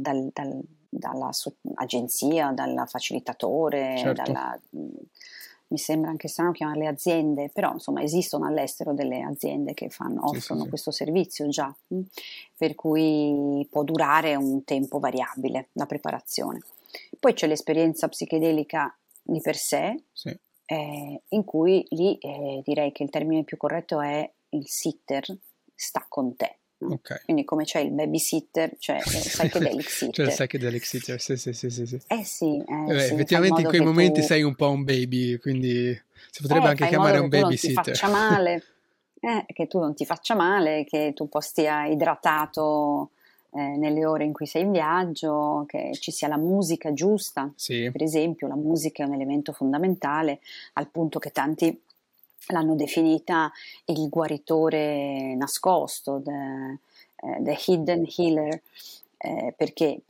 agenzia, dal facilitatore, certo. Mi sembra anche strano chiamarle aziende, però insomma esistono all'estero delle aziende che offrono questo servizio già, per cui può durare un tempo variabile la preparazione. Poi c'è l'esperienza psichedelica di per sé, sì. In cui lì direi che il termine più corretto è il sitter sta con te. No? Okay. Quindi come c'è il babysitter, c'è il psychedelic sitter. C'è il psychedelic sitter, sì. Sì. Effettivamente in quei momenti sei un po' un baby, quindi si potrebbe anche chiamare un babysitter. Che tu non ti faccia male, che tu stia idratato nelle ore in cui sei in viaggio, che ci sia la musica giusta. Sì. Per esempio, la musica è un elemento fondamentale, al punto che tanti l'hanno definita il guaritore nascosto, the hidden healer, perché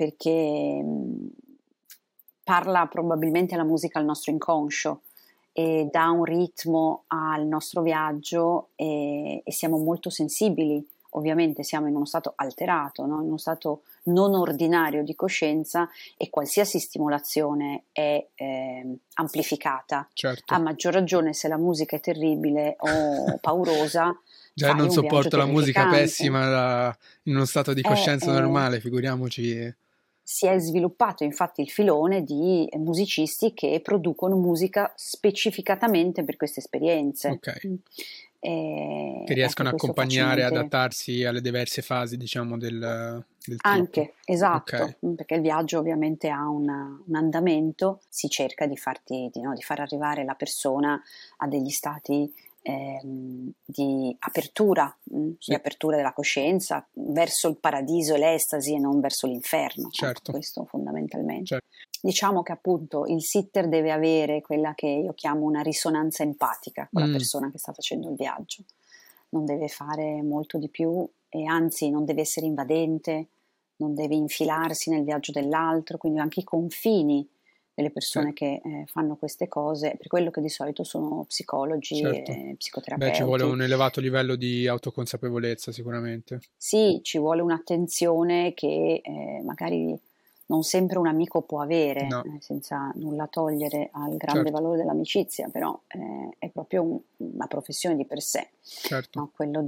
parla probabilmente la musica al nostro inconscio e dà un ritmo al nostro viaggio e siamo molto sensibili. Ovviamente siamo in uno stato alterato, no? In uno stato non ordinario di coscienza, e qualsiasi stimolazione è amplificata. Certo. A maggior ragione se la musica è terribile o paurosa. Già non sopporto la musica pessima in uno stato di coscienza normale, figuriamoci. Si è sviluppato infatti il filone di musicisti che producono musica specificatamente per queste esperienze. Okay. Che riescono a accompagnare, adattarsi alle diverse fasi, diciamo, del trip. Anche, esatto, Okay. perché il viaggio ovviamente ha un andamento, si cerca di far arrivare la persona a degli stati di apertura, di apertura della coscienza verso il paradiso e l'estasi e non verso l'inferno. Certo. Questo fondamentalmente. Certo. Diciamo che appunto il sitter deve avere quella che io chiamo una risonanza empatica con la persona che sta facendo il viaggio. Non deve fare molto di più e anzi non deve essere invadente, non deve infilarsi nel viaggio dell'altro, quindi anche i confini delle persone che fanno queste cose, per quello che di solito sono psicologi e psicoterapeuti. Ci vuole un elevato livello di autoconsapevolezza sicuramente. Sì, ci vuole un'attenzione che magari non sempre un amico può avere, senza nulla togliere al grande valore dell'amicizia, però è proprio una professione di per sé, no? Quello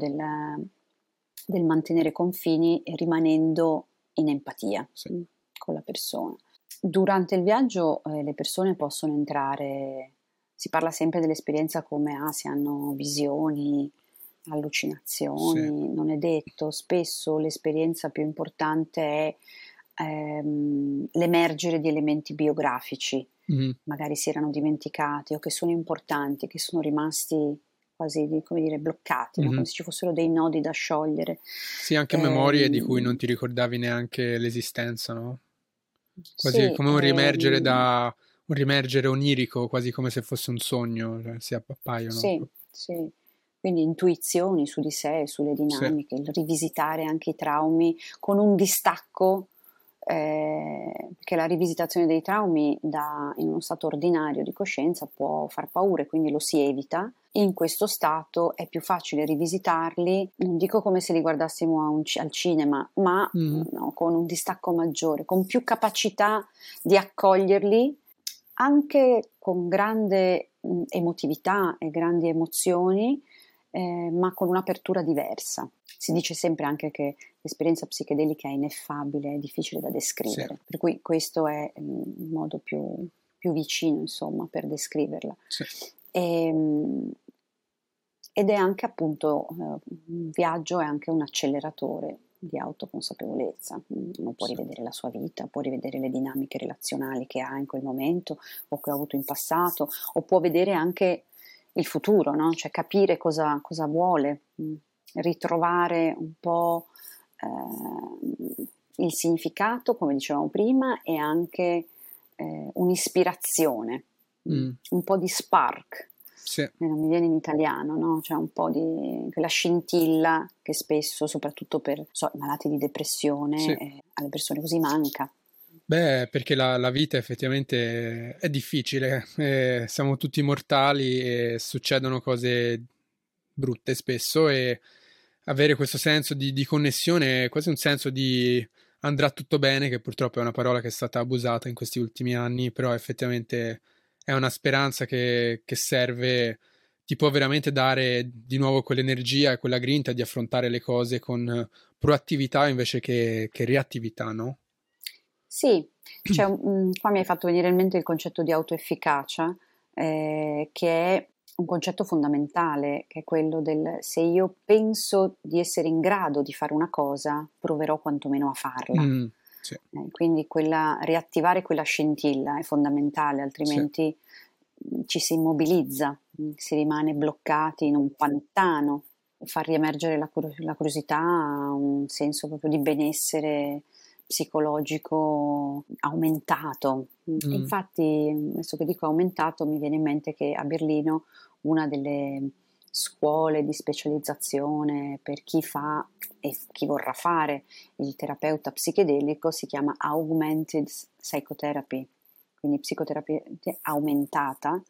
del mantenere confini rimanendo in empatia con la persona. Durante il viaggio le persone possono entrare, si parla sempre dell'esperienza come se hanno visioni, allucinazioni, non è detto, spesso l'esperienza più importante è l'emergere di elementi biografici, magari si erano dimenticati o che sono importanti, che sono rimasti quasi, come dire, bloccati, no? Come se ci fossero dei nodi da sciogliere. Sì, anche memorie di cui non ti ricordavi neanche l'esistenza, no? Quasi come un riemergere onirico, quasi come se fosse un sogno, si appaiono. Sì. Quindi intuizioni su di sé, sulle dinamiche, il rivisitare anche i traumi con un distacco, perché la rivisitazione dei traumi in uno stato ordinario di coscienza può far paura e quindi lo si evita. In questo stato è più facile rivisitarli, non dico come se li guardassimo al cinema, ma no, con un distacco maggiore, con più capacità di accoglierli, anche con grande emotività e grandi emozioni, ma con un'apertura diversa. Si dice sempre anche che l'esperienza psichedelica è ineffabile, è difficile da descrivere, per cui questo è il modo più vicino, insomma, per descriverla. Ed è anche appunto un viaggio, è anche un acceleratore di autoconsapevolezza. Uno può rivedere la sua vita, può rivedere le dinamiche relazionali che ha in quel momento o che ha avuto in passato, o può vedere anche il futuro, no? Cioè capire cosa vuole, ritrovare un po' il significato, come dicevamo prima, e anche un'ispirazione, un po' di spark. Non mi viene in italiano, no? Cioè un po' di quella scintilla che spesso, soprattutto per i malati di depressione, alle persone così manca. Beh, perché la vita effettivamente è difficile, siamo tutti mortali e succedono cose brutte spesso, e avere questo senso di connessione, quasi un senso di andrà tutto bene, che purtroppo è una parola che è stata abusata in questi ultimi anni, però effettivamente è una speranza che serve, ti può veramente dare di nuovo quell'energia e quella grinta di affrontare le cose con proattività invece che reattività, no? Sì, qua mi hai fatto venire in mente il concetto di autoefficacia, che è un concetto fondamentale, che è quello del se io penso di essere in grado di fare una cosa, proverò quantomeno a farla. Quindi riattivare quella scintilla è fondamentale, altrimenti ci si immobilizza, si rimane bloccati in un pantano. Far riemergere la curiosità, un senso proprio di benessere psicologico aumentato. Infatti, adesso che dico aumentato, mi viene in mente che a Berlino una delle scuole di specializzazione per chi fa e chi vorrà fare il terapeuta psichedelico si chiama Augmented Psychotherapy, quindi psicoterapia aumentata,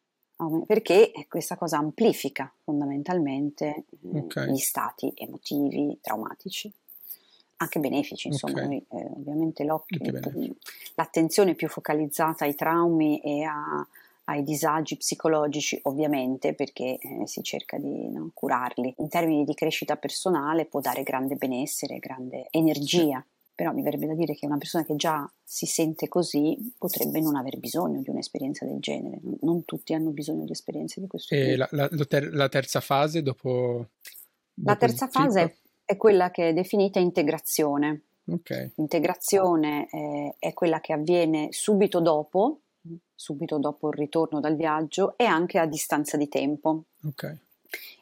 perché questa cosa amplifica fondamentalmente gli stati emotivi traumatici, anche benefici, insomma. Noi, ovviamente l'attenzione è più focalizzata ai traumi e ai disagi psicologici, ovviamente, perché si cerca di curarli. In termini di crescita personale può dare grande benessere, grande energia, però mi verrebbe da dire che una persona che già si sente così potrebbe non aver bisogno di un'esperienza del genere. Non tutti hanno bisogno di esperienze di questo tipo. E la terza fase dopo La terza fase è quella che è definita integrazione. Integrazione è quella che avviene subito dopo il ritorno dal viaggio e anche a distanza di tempo.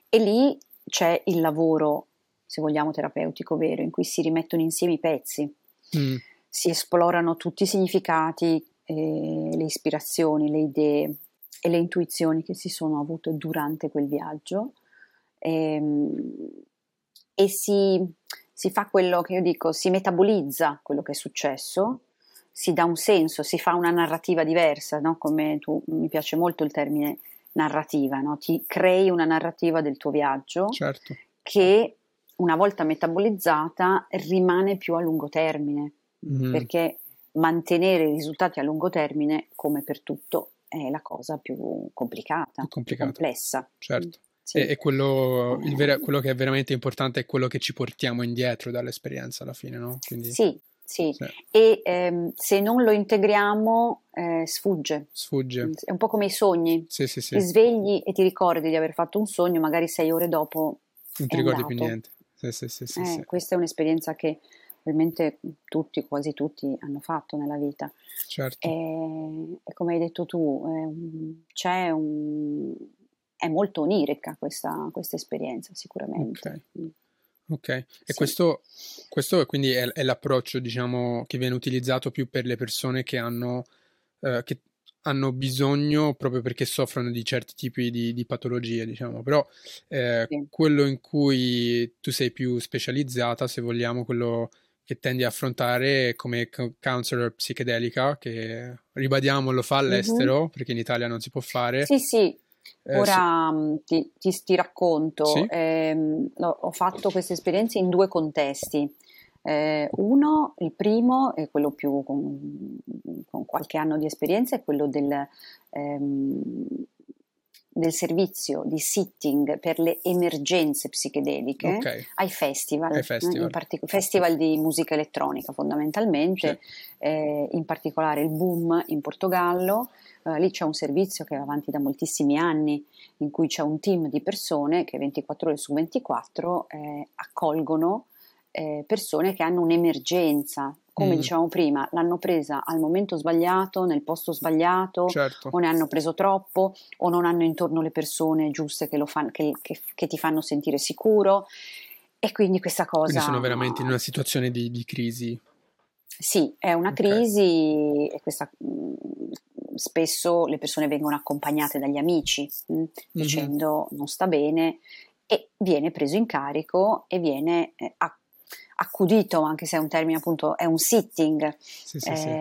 E lì c'è il lavoro, se vogliamo, terapeutico vero, in cui si rimettono insieme i pezzi, si esplorano tutti i significati, le ispirazioni, le idee e le intuizioni che si sono avute durante quel viaggio, e si fa quello che io dico, si metabolizza quello che è successo, si dà un senso, si fa una narrativa diversa, no? Come mi piace molto il termine narrativa, no? Ti crei una narrativa del tuo viaggio, certo, che una volta metabolizzata rimane più a lungo termine, perché mantenere i risultati a lungo termine, come per tutto, è la cosa più complicata, più complessa. Certo. Sì. E quello che è veramente importante è quello che ci portiamo indietro dall'esperienza alla fine, no? Quindi, sì. E se non lo integriamo sfugge. È un po' come i sogni. Sì. Ti svegli e ti ricordi di aver fatto un sogno, magari 6 ore dopo non ti ricordi più niente. Sì. Questa è un'esperienza che ovviamente quasi tutti hanno fatto nella vita. Certo. E come hai detto tu, è molto onirica questa esperienza, sicuramente. Ok. E sì. Questo quindi è l'approccio, diciamo, che viene utilizzato più per le persone che hanno bisogno, proprio perché soffrono di certi tipi di patologie, diciamo. Però sì. Quello in cui tu sei più specializzata, se vogliamo, quello che tendi a affrontare come counselor psichedelica, che ribadiamo lo fa all'estero, perché in Italia non si può fare. Sì. Ora ti racconto, sì? Ho fatto queste esperienze in 2 contesti. Il primo è quello più con qualche anno di esperienza, è quello del servizio di sitting per le emergenze psichedeliche ai festival. Festival di musica elettronica fondamentalmente, sì. In particolare il Boom in Portogallo. Lì c'è un servizio che va avanti da moltissimi anni, in cui c'è un team di persone che 24 ore su 24 accolgono persone che hanno un'emergenza. Come dicevamo prima, l'hanno presa al momento sbagliato, nel posto sbagliato, certo. O ne hanno preso troppo, o non hanno intorno le persone giuste che ti fanno sentire sicuro. E quindi questa cosa... Quindi sono veramente in una situazione di crisi. Sì, è una crisi, e questa spesso le persone vengono accompagnate dagli amici, dicendo non sta bene, e viene preso in carico e viene accudito, anche se è un termine, appunto, è un sitting. Sì.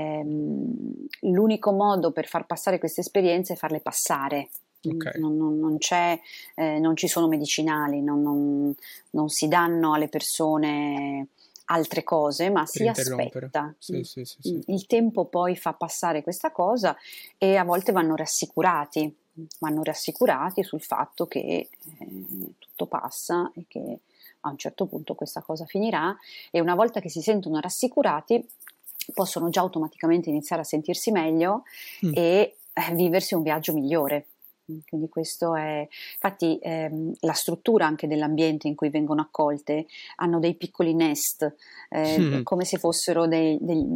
L'unico modo per far passare queste esperienze è farle passare. Non ci sono medicinali, non si danno alle persone altre cose, ma si aspetta. Sì. Il tempo poi fa passare questa cosa, e a volte vanno rassicurati sul fatto che tutto passa e che a un certo punto questa cosa finirà, e una volta che si sentono rassicurati possono già automaticamente iniziare a sentirsi meglio e viversi un viaggio migliore. Quindi questo è, infatti, la struttura anche dell'ambiente in cui vengono accolte, hanno dei piccoli nest, come se fossero dei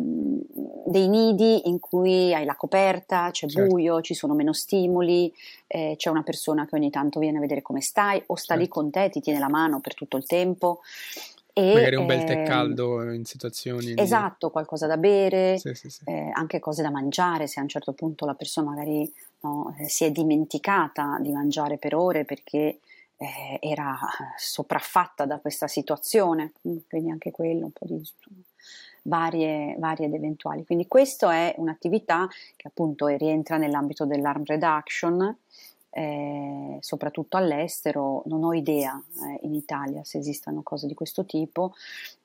nidi in cui hai la coperta, c'è buio, ci sono meno stimoli, c'è una persona che ogni tanto viene a vedere come stai, o sta lì con te, ti tiene la mano per tutto il tempo. E, magari un bel tè caldo in situazioni esatto, qualcosa da bere, sì. Anche cose da mangiare, se a un certo punto la persona magari si è dimenticata di mangiare per ore perché era sopraffatta da questa situazione, quindi anche quello, un po' di varie ed eventuali. Quindi questa è un'attività che appunto rientra nell'ambito dell'harm reduction. Soprattutto all'estero, non ho idea in Italia se esistano cose di questo tipo,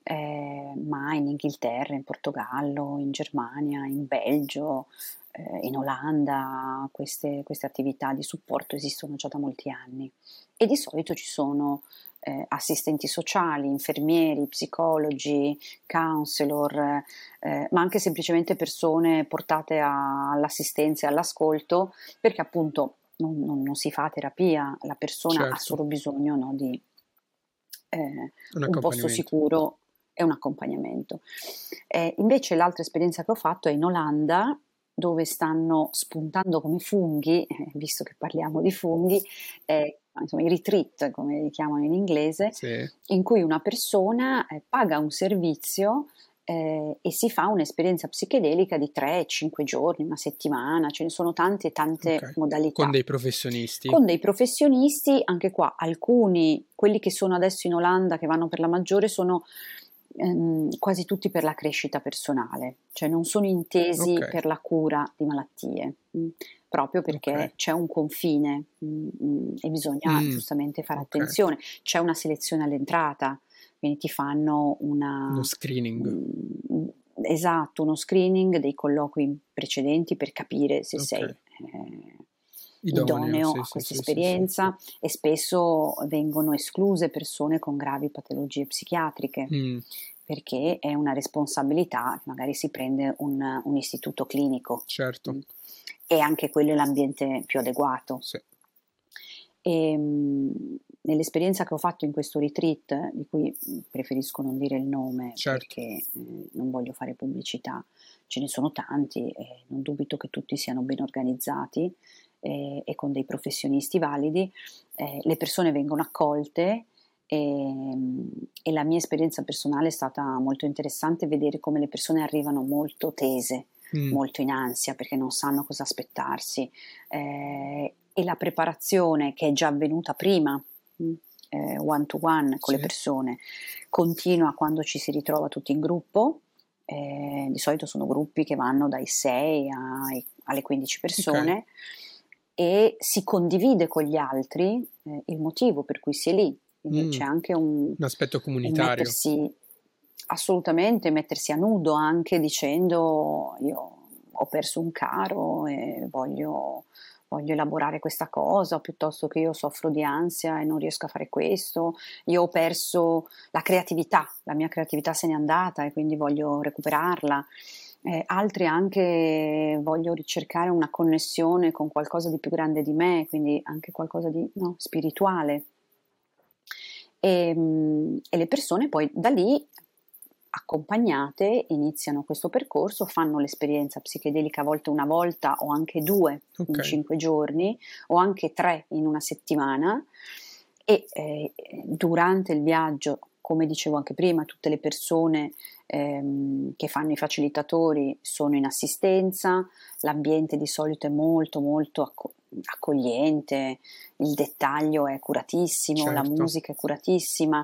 ma in Inghilterra, in Portogallo, in Germania, in Belgio, in Olanda queste attività di supporto esistono già da molti anni, e di solito ci sono assistenti sociali, infermieri, psicologi, counselor, ma anche semplicemente persone portate all'assistenza e all'ascolto, perché appunto non si fa terapia, la persona ha solo bisogno di un posto sicuro e un accompagnamento. Invece l'altra esperienza che ho fatto è in Olanda, dove stanno spuntando come funghi, visto che parliamo di funghi, insomma, i retreat, come li chiamano in inglese, Sì. in cui una persona paga un servizio e si fa un'esperienza psichedelica di 3-5 giorni, una settimana, ce ne sono tante Ok. modalità. Con dei professionisti. Con dei professionisti, anche qua, alcuni, quelli che sono adesso in Olanda, che vanno per la maggiore, sono quasi tutti per la crescita personale, cioè non sono intesi Ok. per la cura di malattie, proprio perché Ok. c'è un confine e bisogna giustamente fare Ok. attenzione. C'è una selezione all'entrata, quindi ti fanno Uno screening. esatto, uno screening dei colloqui precedenti per capire se Ok. sei Idoneo, idoneo sì, a sì, questa sì, sì, sì. esperienza, e spesso vengono escluse persone con gravi patologie psichiatriche, perché è una responsabilità che magari si prende un istituto clinico. Certo. E anche quello è l'ambiente più adeguato. Sì. E, nell'esperienza che ho fatto in questo retreat, di cui preferisco non dire il nome, Certo. perché non voglio fare pubblicità, ce ne sono tanti e non dubito che tutti siano ben organizzati e con dei professionisti validi, le persone vengono accolte e la mia esperienza personale è stata molto interessante vedere come le persone arrivano molto tese, molto in ansia perché non sanno cosa aspettarsi, e la preparazione che è già avvenuta prima, one to one con le persone, continua quando ci si ritrova tutti in gruppo. Di solito sono gruppi che vanno dai 6 alle 15 persone, e si condivide con gli altri il motivo per cui si è lì. Quindi c'è anche un aspetto comunitario. Mettersi a nudo, anche dicendo: io ho perso un caro e voglio elaborare questa cosa, piuttosto che io soffro di ansia e non riesco a fare questo, io ho perso la mia creatività se n'è andata e quindi voglio recuperarla. Altri anche: voglio ricercare una connessione con qualcosa di più grande di me, quindi anche qualcosa di spirituale. E le persone poi da lì, accompagnate, iniziano questo percorso, fanno l'esperienza psichedelica a volte una volta o anche 2 in 5 giorni o anche 3 in una settimana, e durante il viaggio, come dicevo anche prima, tutte le persone che fanno i facilitatori sono in assistenza, l'ambiente di solito è molto molto accogliente, il dettaglio è curatissimo, la musica è curatissima,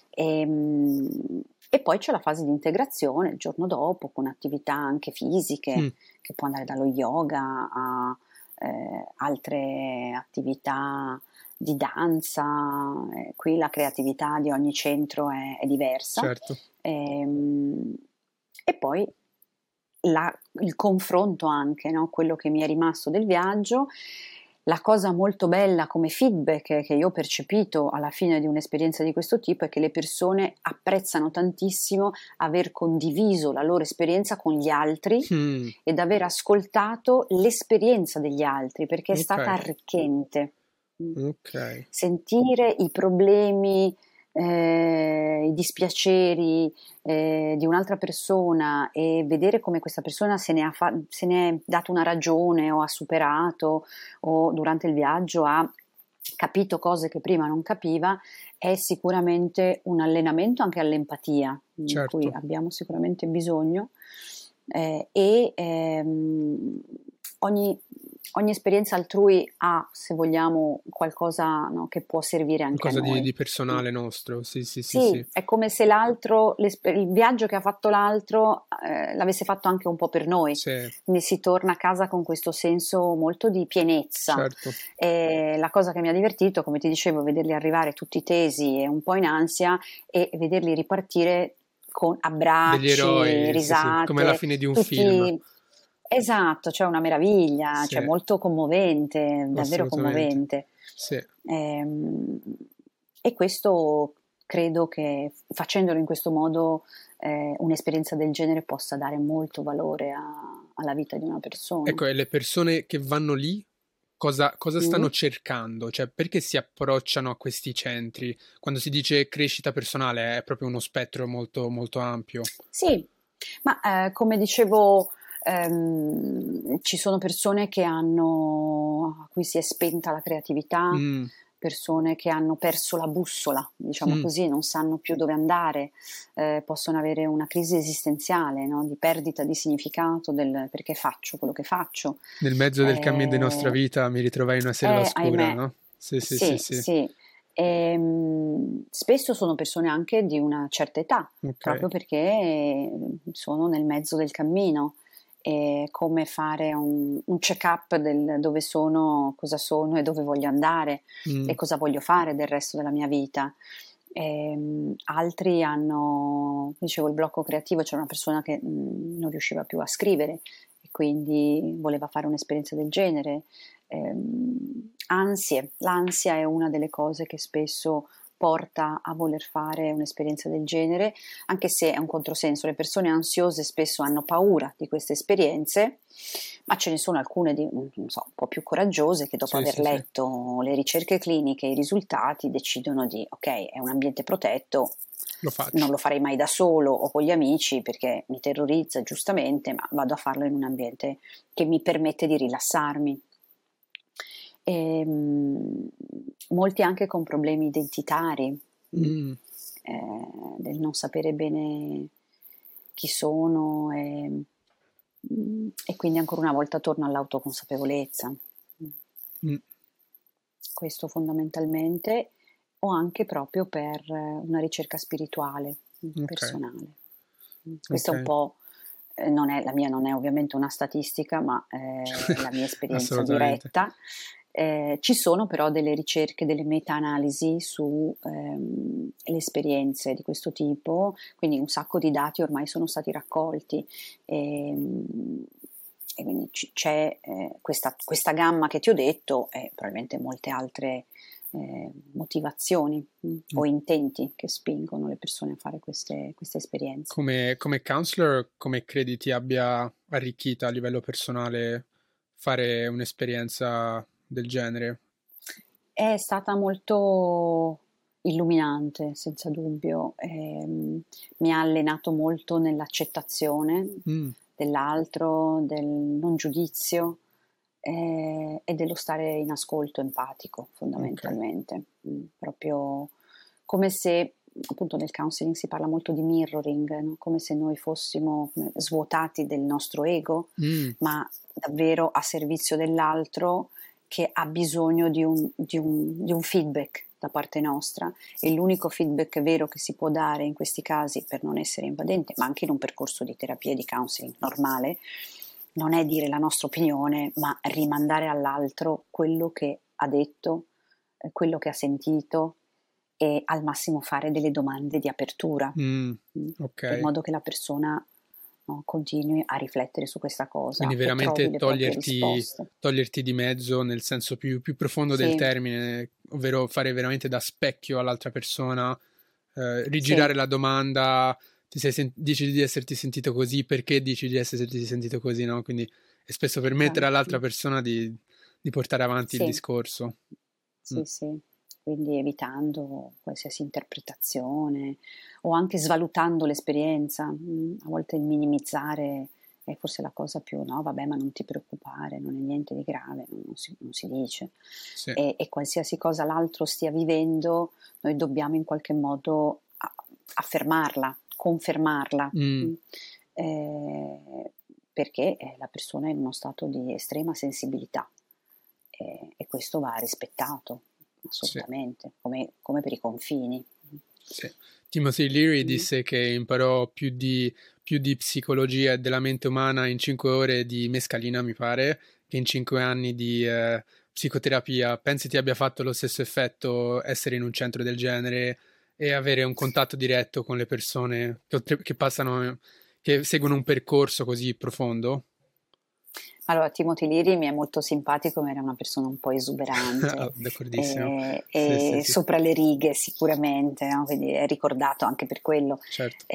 e poi c'è la fase di integrazione il giorno dopo con attività anche fisiche, che può andare dallo yoga a altre attività di danza. Qui la creatività di ogni centro è diversa. Certo. E poi il confronto anche, no? Quello che mi è rimasto del viaggio. La cosa molto bella come feedback che io ho percepito alla fine di un'esperienza di questo tipo è che le persone apprezzano tantissimo aver condiviso la loro esperienza con gli altri ed aver ascoltato l'esperienza degli altri, perché è stata arricchente. Sentire i problemi, i dispiaceri di un'altra persona e vedere come questa persona se ne è dato una ragione o ha superato, o durante il viaggio ha capito cose che prima non capiva, è sicuramente un allenamento anche all'empatia, di cui abbiamo sicuramente bisogno, ogni esperienza altrui ha, se vogliamo, qualcosa, no, che può servire anche a noi. Qualcosa di personale nostro, sì. È come se il viaggio che ha fatto l'altro l'avesse fatto anche un po' per noi. Quindi si torna a casa con questo senso molto di pienezza. E la cosa che mi ha divertito, come ti dicevo, vederli arrivare tutti tesi e un po' in ansia e vederli ripartire con abbracci, degli eroi, risate, come alla fine di un film. Esatto, c'è una meraviglia, cioè molto commovente, davvero commovente. E questo credo che facendolo in questo modo un'esperienza del genere possa dare molto valore alla vita di una persona. Ecco, e le persone che vanno lì cosa stanno cercando? Cioè, perché si approcciano a questi centri? Quando si dice crescita personale è proprio uno spettro molto, molto ampio. Sì, ma come dicevo Ci sono persone a cui si è spenta la creatività, persone che hanno perso la bussola, diciamo così, non sanno più dove andare, possono avere una crisi esistenziale, no? Di perdita di significato del perché faccio quello che faccio. Nel mezzo del cammino di nostra vita mi ritrovai in una selva oscura, Ahimè, no? Sì, sì, sì, sì, sì. sì. Spesso sono persone anche di una certa età, Ok. proprio perché sono nel mezzo del cammino. E come fare un check-up del dove sono, cosa sono e dove voglio andare e Mm, cosa voglio fare del resto della mia vita. Altri hanno, dicevo, il blocco creativo, c'era una persona che non riusciva più a scrivere e quindi voleva fare un'esperienza del genere. L'ansia è una delle cose che spesso porta a voler fare un'esperienza del genere, anche se è un controsenso. Le persone ansiose spesso hanno paura di queste esperienze, ma ce ne sono alcune non so, un po' più coraggiose che dopo sì, aver sì, sì. letto le ricerche cliniche e i risultati decidono di, ok, è un ambiente protetto, Lo non faccio. lo farei mai da solo o con gli amici perché mi terrorizza giustamente, ma vado a farlo in un ambiente che mi permette di rilassarmi. Molti anche con problemi identitari, Mm, del non sapere bene chi sono e quindi ancora una volta torno all'autoconsapevolezza. mm, Questo fondamentalmente, o anche proprio per una ricerca spirituale, ok, personale. Questo è un ok. po', la mia non è ovviamente una statistica, ma è la mia esperienza Assolutamente. diretta. Ci sono però delle ricerche, delle meta-analisi su le esperienze di questo tipo, quindi un sacco di dati ormai sono stati raccolti. E quindi c'è questa gamma che ti ho detto e probabilmente molte altre motivazioni Mm. o intenti che spingono le persone a fare queste esperienze. Come counselor, come credi ti abbia arricchita a livello personale fare un'esperienza del genere? È stata molto illuminante, senza dubbio. Mi ha allenato molto nell'accettazione Mm, dell'altro, del non giudizio e dello stare in ascolto empatico, ok. fondamentalmente. Proprio come se, appunto, nel counseling si parla molto di mirroring, no? Come se noi fossimo svuotati del nostro ego, Mm, ma davvero a servizio dell'altro che ha bisogno di un feedback da parte nostra e l'unico feedback vero che si può dare in questi casi per non essere invadente, ma anche in un percorso di terapia e di counseling normale, non è dire la nostra opinione, ma rimandare all'altro quello che ha detto, quello che ha sentito e al massimo fare delle domande di apertura, mm, ok. in modo che la persona, no, continui a riflettere su questa Quindi cosa e trovi veramente le proprie risposte. toglierti di mezzo nel senso più profondo del Sì, termine, ovvero fare veramente da specchio all'altra persona, rigirare sì, la domanda, dici di esserti sentito così, perché dici di esserti sentito così, no? Quindi è spesso permettere all'altra bravissimo. persona di portare avanti il Sì, discorso. Mm, sì, sì. Quindi evitando qualsiasi interpretazione o anche svalutando l'esperienza. A volte il minimizzare è forse la cosa più, no, vabbè, ma non ti preoccupare, non è niente di grave, non si dice. sì. E qualsiasi cosa l'altro stia vivendo, noi dobbiamo in qualche modo affermarla, confermarla. Mm, Eh, perché la persona è in uno stato di estrema sensibilità e questo va rispettato sì. assolutamente, come per i confini. Sì. Timothy Leary Mm. disse che imparò più di psicologia e della mente umana in 5 ore di mescalina, mi pare, che in 5 anni di psicoterapia. Pensi ti abbia fatto lo stesso effetto essere in un centro del genere e avere un contatto diretto con le persone che passano, che seguono un percorso così profondo? Allora, Timothy Leary mi è molto simpatico, ma era una persona un po' esuberante D'accordissimo. Sì, sì, e sì, sopra le righe sicuramente, no? Quindi è ricordato anche per quello. certo.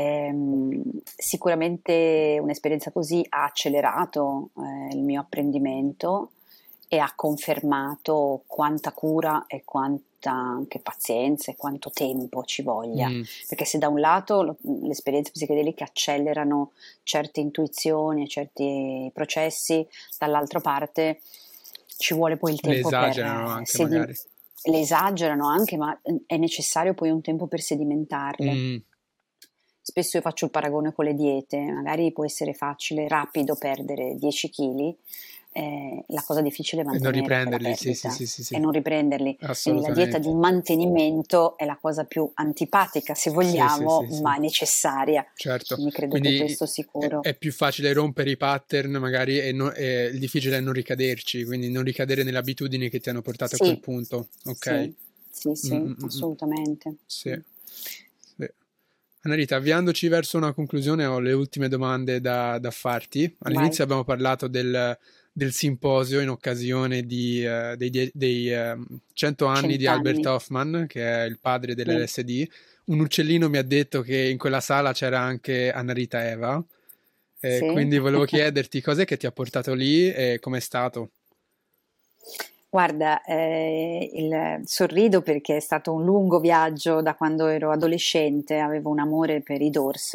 Sicuramente un'esperienza così ha accelerato il mio apprendimento e ha confermato quanta cura e quanta anche pazienza e quanto tempo ci voglia, perché se da un lato le esperienze psichedeliche accelerano certe intuizioni e certi processi, dall'altra parte ci vuole poi il tempo Le esagerano anche magari. le esagerano anche, ma è necessario poi un tempo per sedimentarle. Spesso io faccio il paragone con le diete, magari può essere facile, rapido perdere 10 kg, la cosa difficile è E non mantenere quella riprenderli, perdita sì. e non riprenderli. Quindi la Assolutamente. dieta di mantenimento è la cosa più antipatica, se vogliamo, Sì. ma necessaria. Certo, Quindi credo che quindi questo sicuro. è più facile rompere i pattern magari e il difficile è non ricaderci, quindi non ricadere nelle abitudini che ti hanno portato a quel Sì, punto, ok? sì, assolutamente. Sì. Annarita, avviandoci verso una conclusione, ho le ultime domande da farti. All'inizio Vai. abbiamo parlato del simposio in occasione dei 100 anni di Albert 100 anni. Hoffman, che è il padre Sì. dell'LSD. Un uccellino mi ha detto che in quella sala c'era anche Annarita Eva, Sì. quindi volevo chiederti cos'è che ti ha portato lì e com'è stato. Guarda, sorrido perché è stato un lungo viaggio da quando ero adolescente, avevo un amore per i Doors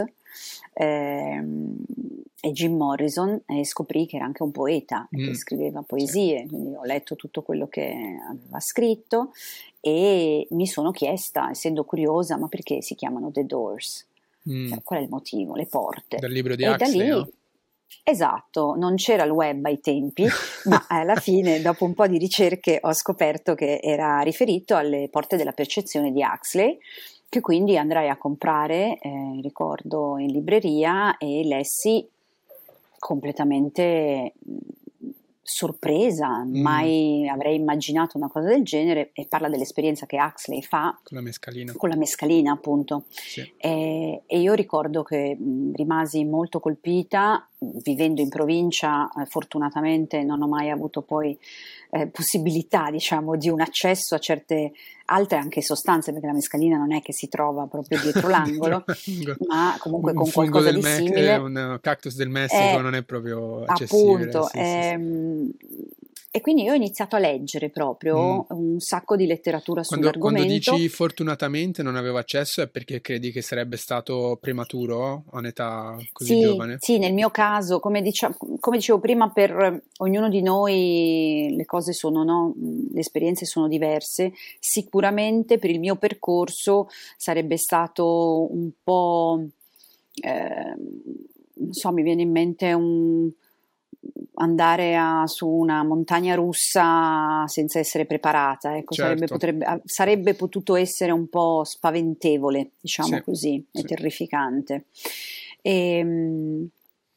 e Jim Morrison, e scoprì che era anche un poeta, che scriveva poesie, quindi ho letto tutto quello che aveva scritto e mi sono chiesta, essendo curiosa, ma perché si chiamano The Doors? Cioè, qual è il motivo? Le porte. Dal libro di E da Huxley, lì, no? esatto, non c'era il web ai tempi, ma alla fine, dopo un po' di ricerche, ho scoperto che era riferito alle porte della percezione di Huxley, che quindi andrai a comprare, ricordo, in libreria e lessi completamente sorpresa, mai avrei immaginato una cosa del genere, e parla dell'esperienza che Huxley fa Con la mescalina appunto. Sì. E io ricordo che rimasi molto colpita, vivendo in provincia, fortunatamente non ho mai avuto poi possibilità, diciamo, di un accesso a certe altre anche sostanze, perché la mescalina non è che si trova proprio dietro l'angolo, ma comunque un con fungo qualcosa del di simile. un cactus del Messico non è proprio accessibile. Appunto, Sì. e quindi io ho iniziato a leggere proprio un sacco di letteratura Quando sull'argomento. dici fortunatamente non avevo accesso è perché credi che sarebbe stato prematuro a un'età così giovane? Sì, nel mio caso, come dicevo prima, per ognuno di noi le cose sono, no? Le esperienze sono diverse. Sicuramente per il mio percorso sarebbe stato un po', non so, mi viene in mente andare su una montagna russa senza essere preparata, ecco, Certo. sarebbe potuto essere un po' spaventevole, diciamo Sì, così, e sì. terrificante. E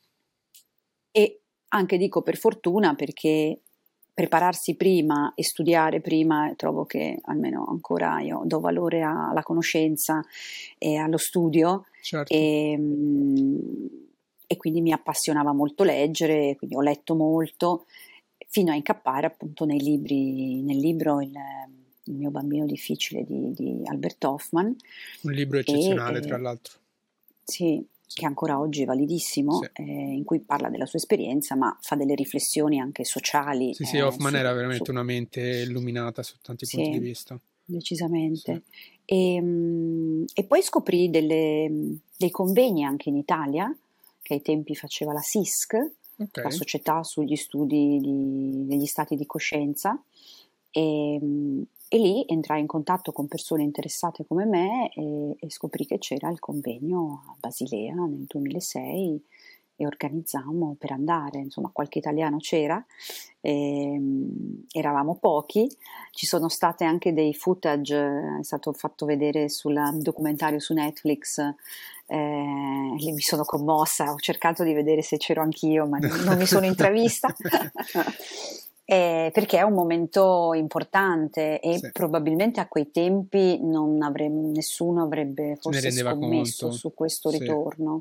anche dico per fortuna, perché prepararsi prima e studiare prima, trovo che almeno ancora io do valore alla conoscenza e allo studio. Certo. E quindi mi appassionava molto leggere, quindi ho letto molto, fino a incappare appunto nel libro Il mio bambino difficile di Albert Hoffman. Un libro eccezionale, tra l'altro. Sì, che ancora oggi è validissimo, Sì. in cui parla della sua esperienza, ma fa delle riflessioni anche sociali. Sì, Hoffman era veramente una mente illuminata su tanti punti di vista. Decisamente. E poi scoprì dei convegni anche in Italia, che ai tempi faceva la SISC, la Società sugli studi degli stati di coscienza, e lì entrai in contatto con persone interessate come me e scoprì che c'era il convegno a Basilea nel 2006 e organizzammo per andare, insomma qualche italiano c'era, eravamo pochi, ci sono state anche dei footage, è stato fatto vedere sul documentario su Netflix, lì mi sono commossa, ho cercato di vedere se c'ero anch'io, ma non mi sono intravista. Perché è un momento importante e probabilmente a quei tempi nessuno avrebbe forse scommesso conto. su questo ritorno.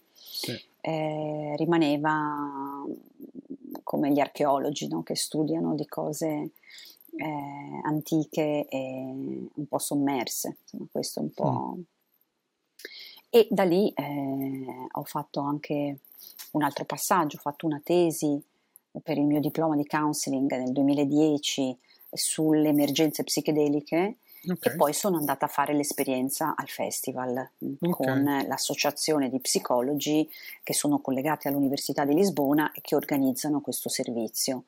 Rimaneva come gli archeologi, no? Che studiano di cose antiche e un po' sommerse, insomma, questo un po'. E da lì ho fatto anche un altro passaggio, ho fatto una tesi per il mio diploma di counseling nel 2010 sulle emergenze psichedeliche e poi sono andata a fare l'esperienza al festival con l'associazione di psicologi che sono collegati all'Università di Lisbona e che organizzano questo servizio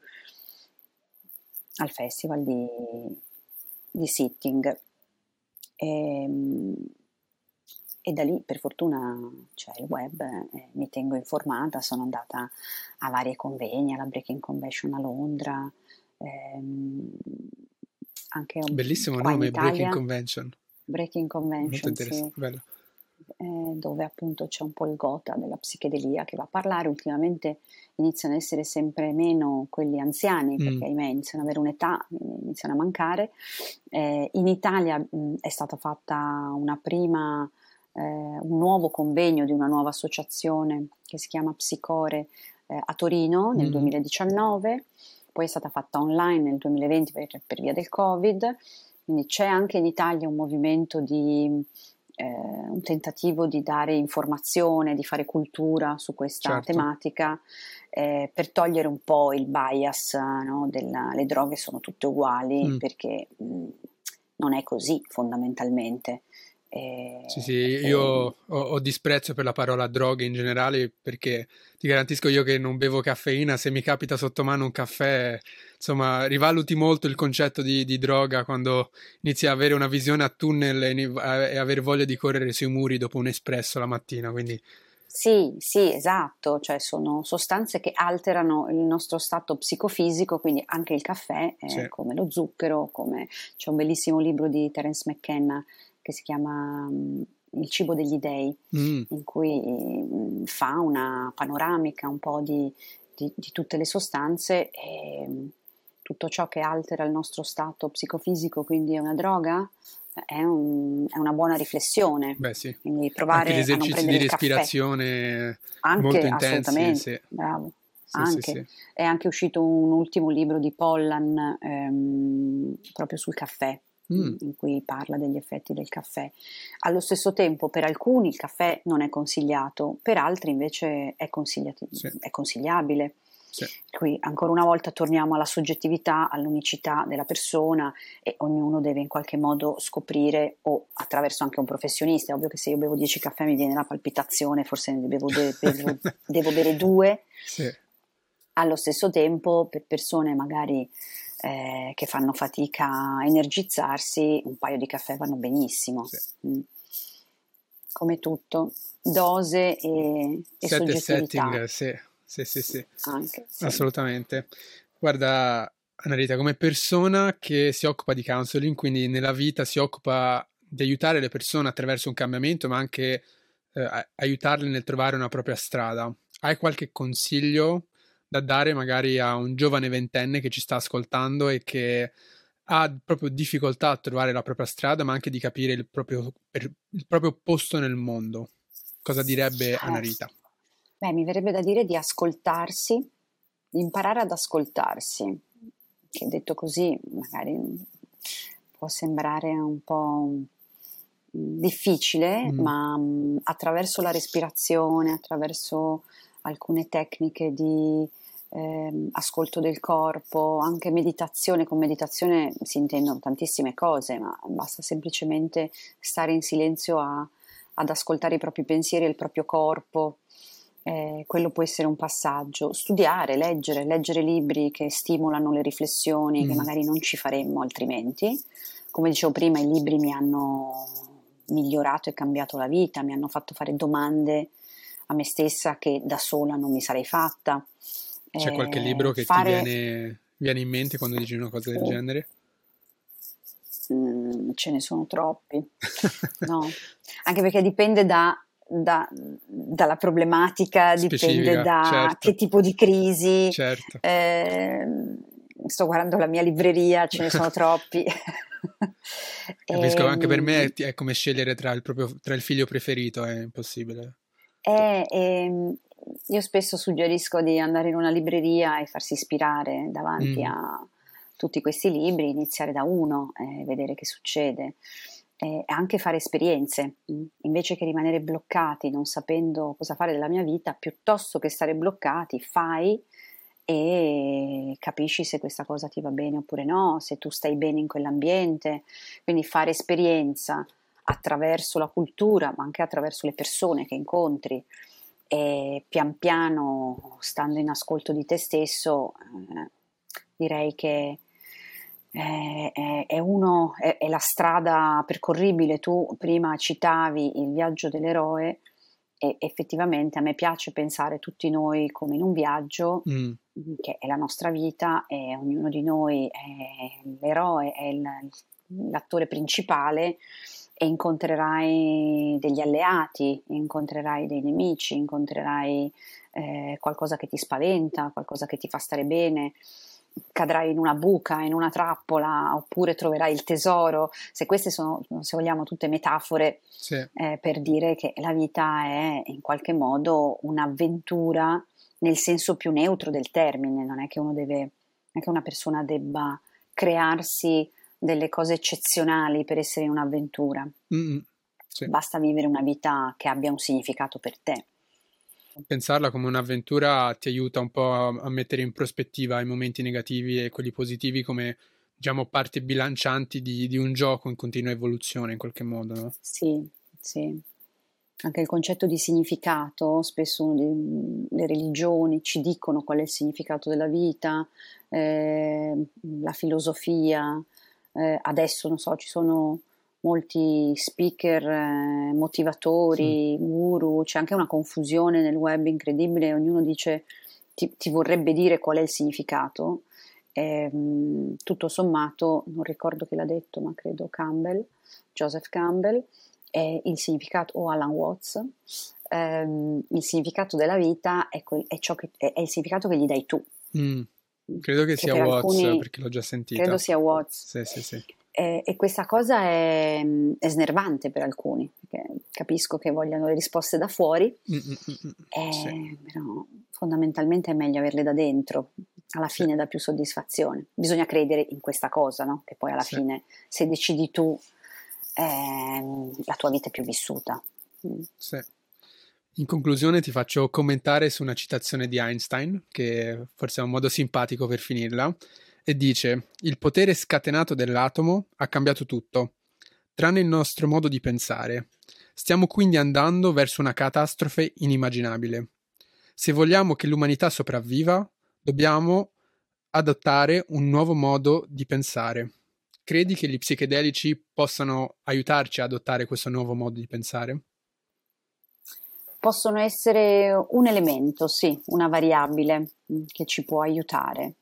al festival di Sitting. E da lì per fortuna c'è il web, mi tengo informata, sono andata a varie convegni, alla Breaking Convention a Londra, anche Bellissimo qua in nome, Italia. Breaking Convention, molto sì, interessante, bello. Dove appunto c'è un po' il gotha della psichedelia che va a parlare. Ultimamente iniziano ad essere sempre meno quelli anziani, perché ahimè iniziano ad avere un'età, iniziano a mancare. In Italia è stata fatta un nuovo convegno di una nuova associazione che si chiama Psicore a Torino nel 2019, poi è stata fatta online nel 2020 per via del Covid, quindi c'è anche in Italia un movimento un tentativo di dare informazione, di fare cultura su questa tematica, per togliere un po' il bias, no, le droghe sono tutte uguali, perché non è così fondamentalmente. Sì, io ho disprezzo per la parola droghe in generale, perché ti garantisco io che non bevo caffeina, se mi capita sotto mano un caffè, insomma, rivaluti molto il concetto di droga quando inizi a avere una visione a tunnel e avere voglia di correre sui muri dopo un espresso la mattina, quindi... Sì, esatto, cioè sono sostanze che alterano il nostro stato psicofisico, quindi anche il caffè, come lo zucchero, c'è un bellissimo libro di Terence McKenna che si chiama Il cibo degli dei, in cui fa una panoramica un po' di tutte le sostanze e tutto ciò che altera il nostro stato psicofisico, quindi è una droga. È una buona riflessione. Beh, sì. Quindi provare anche gli a non esercizi prendere di il caffè. respirazione Anche, molto intensi, assolutamente, sì. bravo. Sì, Anche. sì. È anche uscito un ultimo libro di Pollan proprio sul caffè, in cui parla degli effetti del caffè. Allo stesso tempo, per alcuni il caffè non è consigliato, per altri invece è consigliabile. Sì. Qui ancora una volta torniamo alla soggettività, all'unicità della persona e ognuno deve in qualche modo scoprire, o attraverso anche un professionista. È ovvio che se io bevo 10 caffè mi viene la palpitazione, forse ne devo bere 2. Sì. Allo stesso tempo, per persone magari che fanno fatica a energizzarsi, un paio di caffè vanno benissimo. Sì. Come tutto, dose e soggettività. Setting, sì. Anche, sì. Assolutamente. Guarda, Annarita, come persona che si occupa di counseling, quindi nella vita si occupa di aiutare le persone attraverso un cambiamento, ma anche aiutarle nel trovare una propria strada. Hai qualche consiglio da dare magari a un giovane ventenne che ci sta ascoltando e che ha proprio difficoltà a trovare la propria strada, ma anche di capire il proprio posto nel mondo? Cosa direbbe Annarita? Beh, mi verrebbe da dire di ascoltarsi, di imparare ad ascoltarsi, che detto così magari può sembrare un po' difficile, ma attraverso la respirazione, attraverso alcune tecniche di ascolto del corpo, anche meditazione. Con meditazione si intendono tantissime cose, ma basta semplicemente stare in silenzio ad ascoltare i propri pensieri e il proprio corpo. Quello può essere un passaggio. Studiare, leggere libri che stimolano le riflessioni che magari non ci faremmo altrimenti. Come dicevo prima, i libri mi hanno migliorato e cambiato la vita, mi hanno fatto fare domande a me stessa che da sola non mi sarei fatta. C'è qualche libro che ti viene in mente quando dici una cosa del genere? Ce ne sono troppi, no? Anche perché dipende dalla problematica, specifica, dipende da certo. che tipo di crisi. Certo. Sto guardando la mia libreria, ce ne sono troppi. Capisco, anche per me è come scegliere tra il figlio preferito, è impossibile. Io spesso suggerisco di andare in una libreria e farsi ispirare davanti a tutti questi libri, iniziare da uno e vedere che succede. E anche fare esperienze, invece che rimanere bloccati non sapendo cosa fare della mia vita, piuttosto che stare bloccati, fai e capisci se questa cosa ti va bene oppure no, se tu stai bene in quell'ambiente. Quindi fare esperienza attraverso la cultura, ma anche attraverso le persone che incontri, e pian piano, stando in ascolto di te stesso, direi che è la strada percorribile. Tu prima citavi il viaggio dell'eroe e effettivamente a me piace pensare tutti noi come in un viaggio Mm, che è la nostra vita, e ognuno di noi è l'eroe, è l'attore principale, e incontrerai degli alleati, incontrerai dei nemici, incontrerai qualcosa che ti spaventa, qualcosa che ti fa stare bene, cadrai in una buca, in una trappola, oppure troverai il tesoro. Se queste sono, se vogliamo, tutte metafore sì. per dire che la vita è in qualche modo un'avventura nel senso più neutro del termine. Non è che non è che una persona debba crearsi delle cose eccezionali per essere in un'avventura. Mm, mm, sì. Basta vivere una vita che abbia un significato per te. Pensarla come un'avventura ti aiuta un po' a mettere in prospettiva i momenti negativi e quelli positivi come, diciamo, parti bilancianti di un gioco in continua evoluzione in qualche modo, no? Sì, sì. Anche il concetto di significato, spesso le religioni ci dicono qual è il significato della vita, la filosofia, adesso non so, ci sono molti speaker, Mm, motivatori, guru, c'è anche una confusione nel web incredibile, ognuno dice, ti vorrebbe dire qual è il significato. Tutto sommato, non ricordo chi l'ha detto, ma credo Campbell, Joseph Campbell, il significato, o Alan Watts, il significato della vita è ciò è il significato che gli dai tu, mm. Credo che che sia per Watts alcuni, perché l'ho già credo sentita. sia Watts. Sì, sì, sì. E questa cosa è snervante per alcuni, perché capisco che vogliano le risposte da fuori, Mm, mm, mm, mm. Sì, però fondamentalmente è meglio averle da dentro, alla sì, fine dà più soddisfazione. Bisogna credere in questa cosa, no? Che poi alla sì. fine, se decidi tu, la tua vita è più vissuta. Mm. Sì. In conclusione ti faccio commentare su una citazione di Einstein, che forse è un modo simpatico per finirla, e dice: il potere scatenato dell'atomo ha cambiato tutto, tranne il nostro modo di pensare. Stiamo quindi andando verso una catastrofe inimmaginabile. Se vogliamo che l'umanità sopravviva, dobbiamo adottare un nuovo modo di pensare. Credi che gli psichedelici possano aiutarci a adottare questo nuovo modo di pensare? Possono essere un elemento, sì, una variabile che ci può aiutare.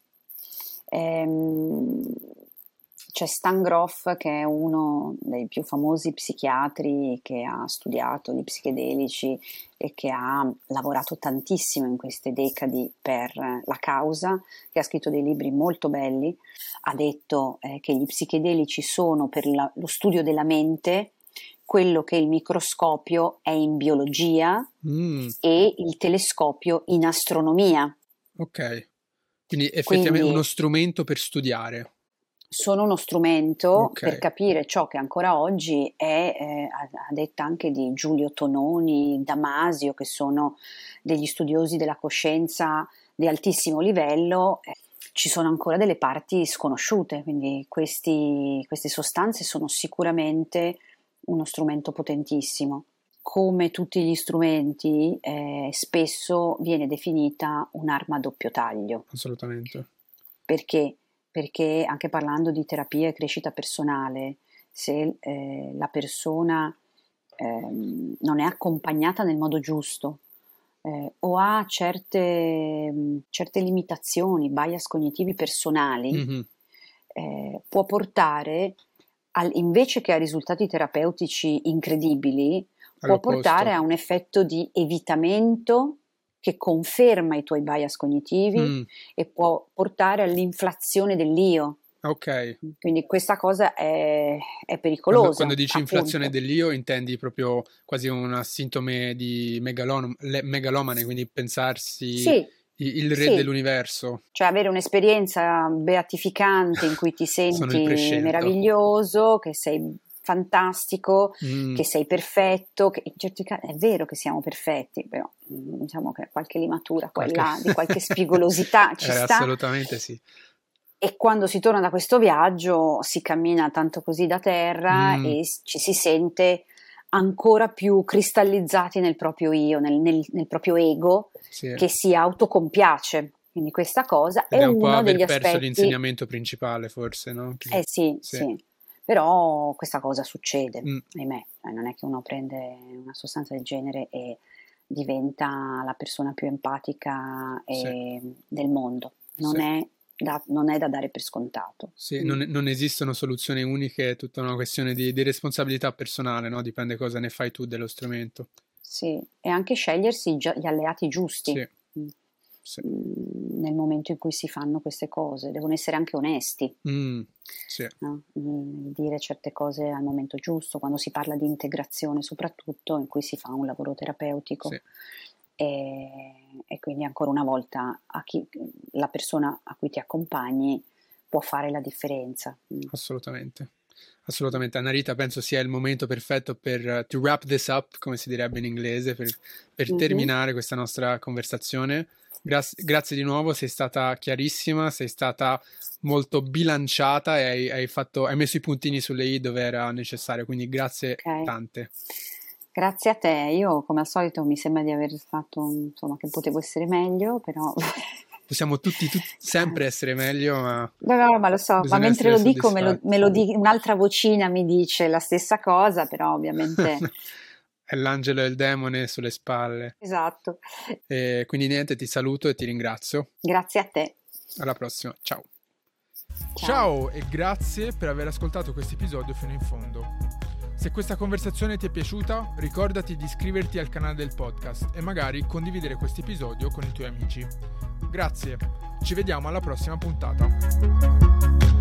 Ehm, C'è Stan Grof, che è uno dei più famosi psichiatri che ha studiato gli psichedelici e che ha lavorato tantissimo in queste decadi per la causa, che ha scritto dei libri molto belli. Ha detto che gli psichedelici sono per lo studio della mente quello che il microscopio è in biologia Mm, e il telescopio in astronomia. ok. Quindi effettivamente Quindi uno strumento per studiare. sono uno strumento Ok. per capire ciò che ancora oggi è, a detta anche di Giulio Tononi, Damasio, che sono degli studiosi della coscienza di altissimo livello. Ci sono ancora delle parti sconosciute, quindi queste sostanze sono sicuramente uno strumento potentissimo. Come tutti gli strumenti, spesso viene definita un'arma a doppio taglio. Assolutamente. Perché? Perché anche parlando di terapia e crescita personale, se la persona non è accompagnata nel modo giusto, o ha certe limitazioni, bias cognitivi personali, Mhm. può portare, invece che a risultati terapeutici incredibili, può portare All'opposto. a un effetto di evitamento che conferma i tuoi bias cognitivi Mm, e può portare all'inflazione dell'io. ok. Quindi questa cosa è Quando pericolosa, dici inflazione appunto. dell'io, intendi proprio quasi una sindrome di megalomane, quindi pensarsi Sì, il re sì, dell'universo. cioè avere un'esperienza beatificante in cui ti Sono il senti prescelto. meraviglioso, che sei fantastico, che sei perfetto, che in certi casi è vero che siamo perfetti, però diciamo che qualche limatura qua e là, di qualche spigolosità ci sta. Assolutamente sì. E quando si torna da questo viaggio si cammina tanto così da terra e ci si sente ancora più cristallizzati nel proprio io, nel proprio ego, sì, che si autocompiace. Quindi questa cosa ed è un po' uno aver degli perso aspetti. l'insegnamento principale, forse, no? Sì. Però questa cosa succede, ahimè. Non è che uno prende una sostanza del genere e diventa la persona più empatica del mondo. Non è da dare per scontato. Sì, non esistono soluzioni uniche, è tutta una questione di responsabilità personale, no? Dipende cosa ne fai tu dello strumento. Sì, e anche scegliersi gli alleati giusti. Sì. Nel momento in cui si fanno queste cose, devono essere anche onesti, no? Dire certe cose al momento giusto, quando si parla di integrazione soprattutto, in cui si fa un lavoro terapeutico. Sì. E quindi ancora una volta la persona a cui ti accompagni può fare la differenza. Assolutamente. Anarita, penso sia il momento perfetto per to wrap this up, come si direbbe in inglese, per terminare questa nostra conversazione. Grazie di nuovo, sei stata chiarissima, sei stata molto bilanciata e hai messo i puntini sulle i dove era necessario, quindi grazie tante. Grazie a te, io come al solito mi sembra di aver fatto, insomma, che potevo essere meglio, però... Possiamo tutti sempre essere meglio, ma... No, ma lo so, ma mentre lo dico me lo dico, un'altra vocina mi dice la stessa cosa, però ovviamente... È l'angelo e il demone sulle spalle. Esatto. E quindi niente, ti saluto e ti ringrazio. Grazie a te. Alla prossima, ciao. Ciao e grazie per aver ascoltato questo episodio fino in fondo. Se questa conversazione ti è piaciuta, ricordati di iscriverti al canale del podcast e magari condividere questo episodio con i tuoi amici. Grazie, ci vediamo alla prossima puntata.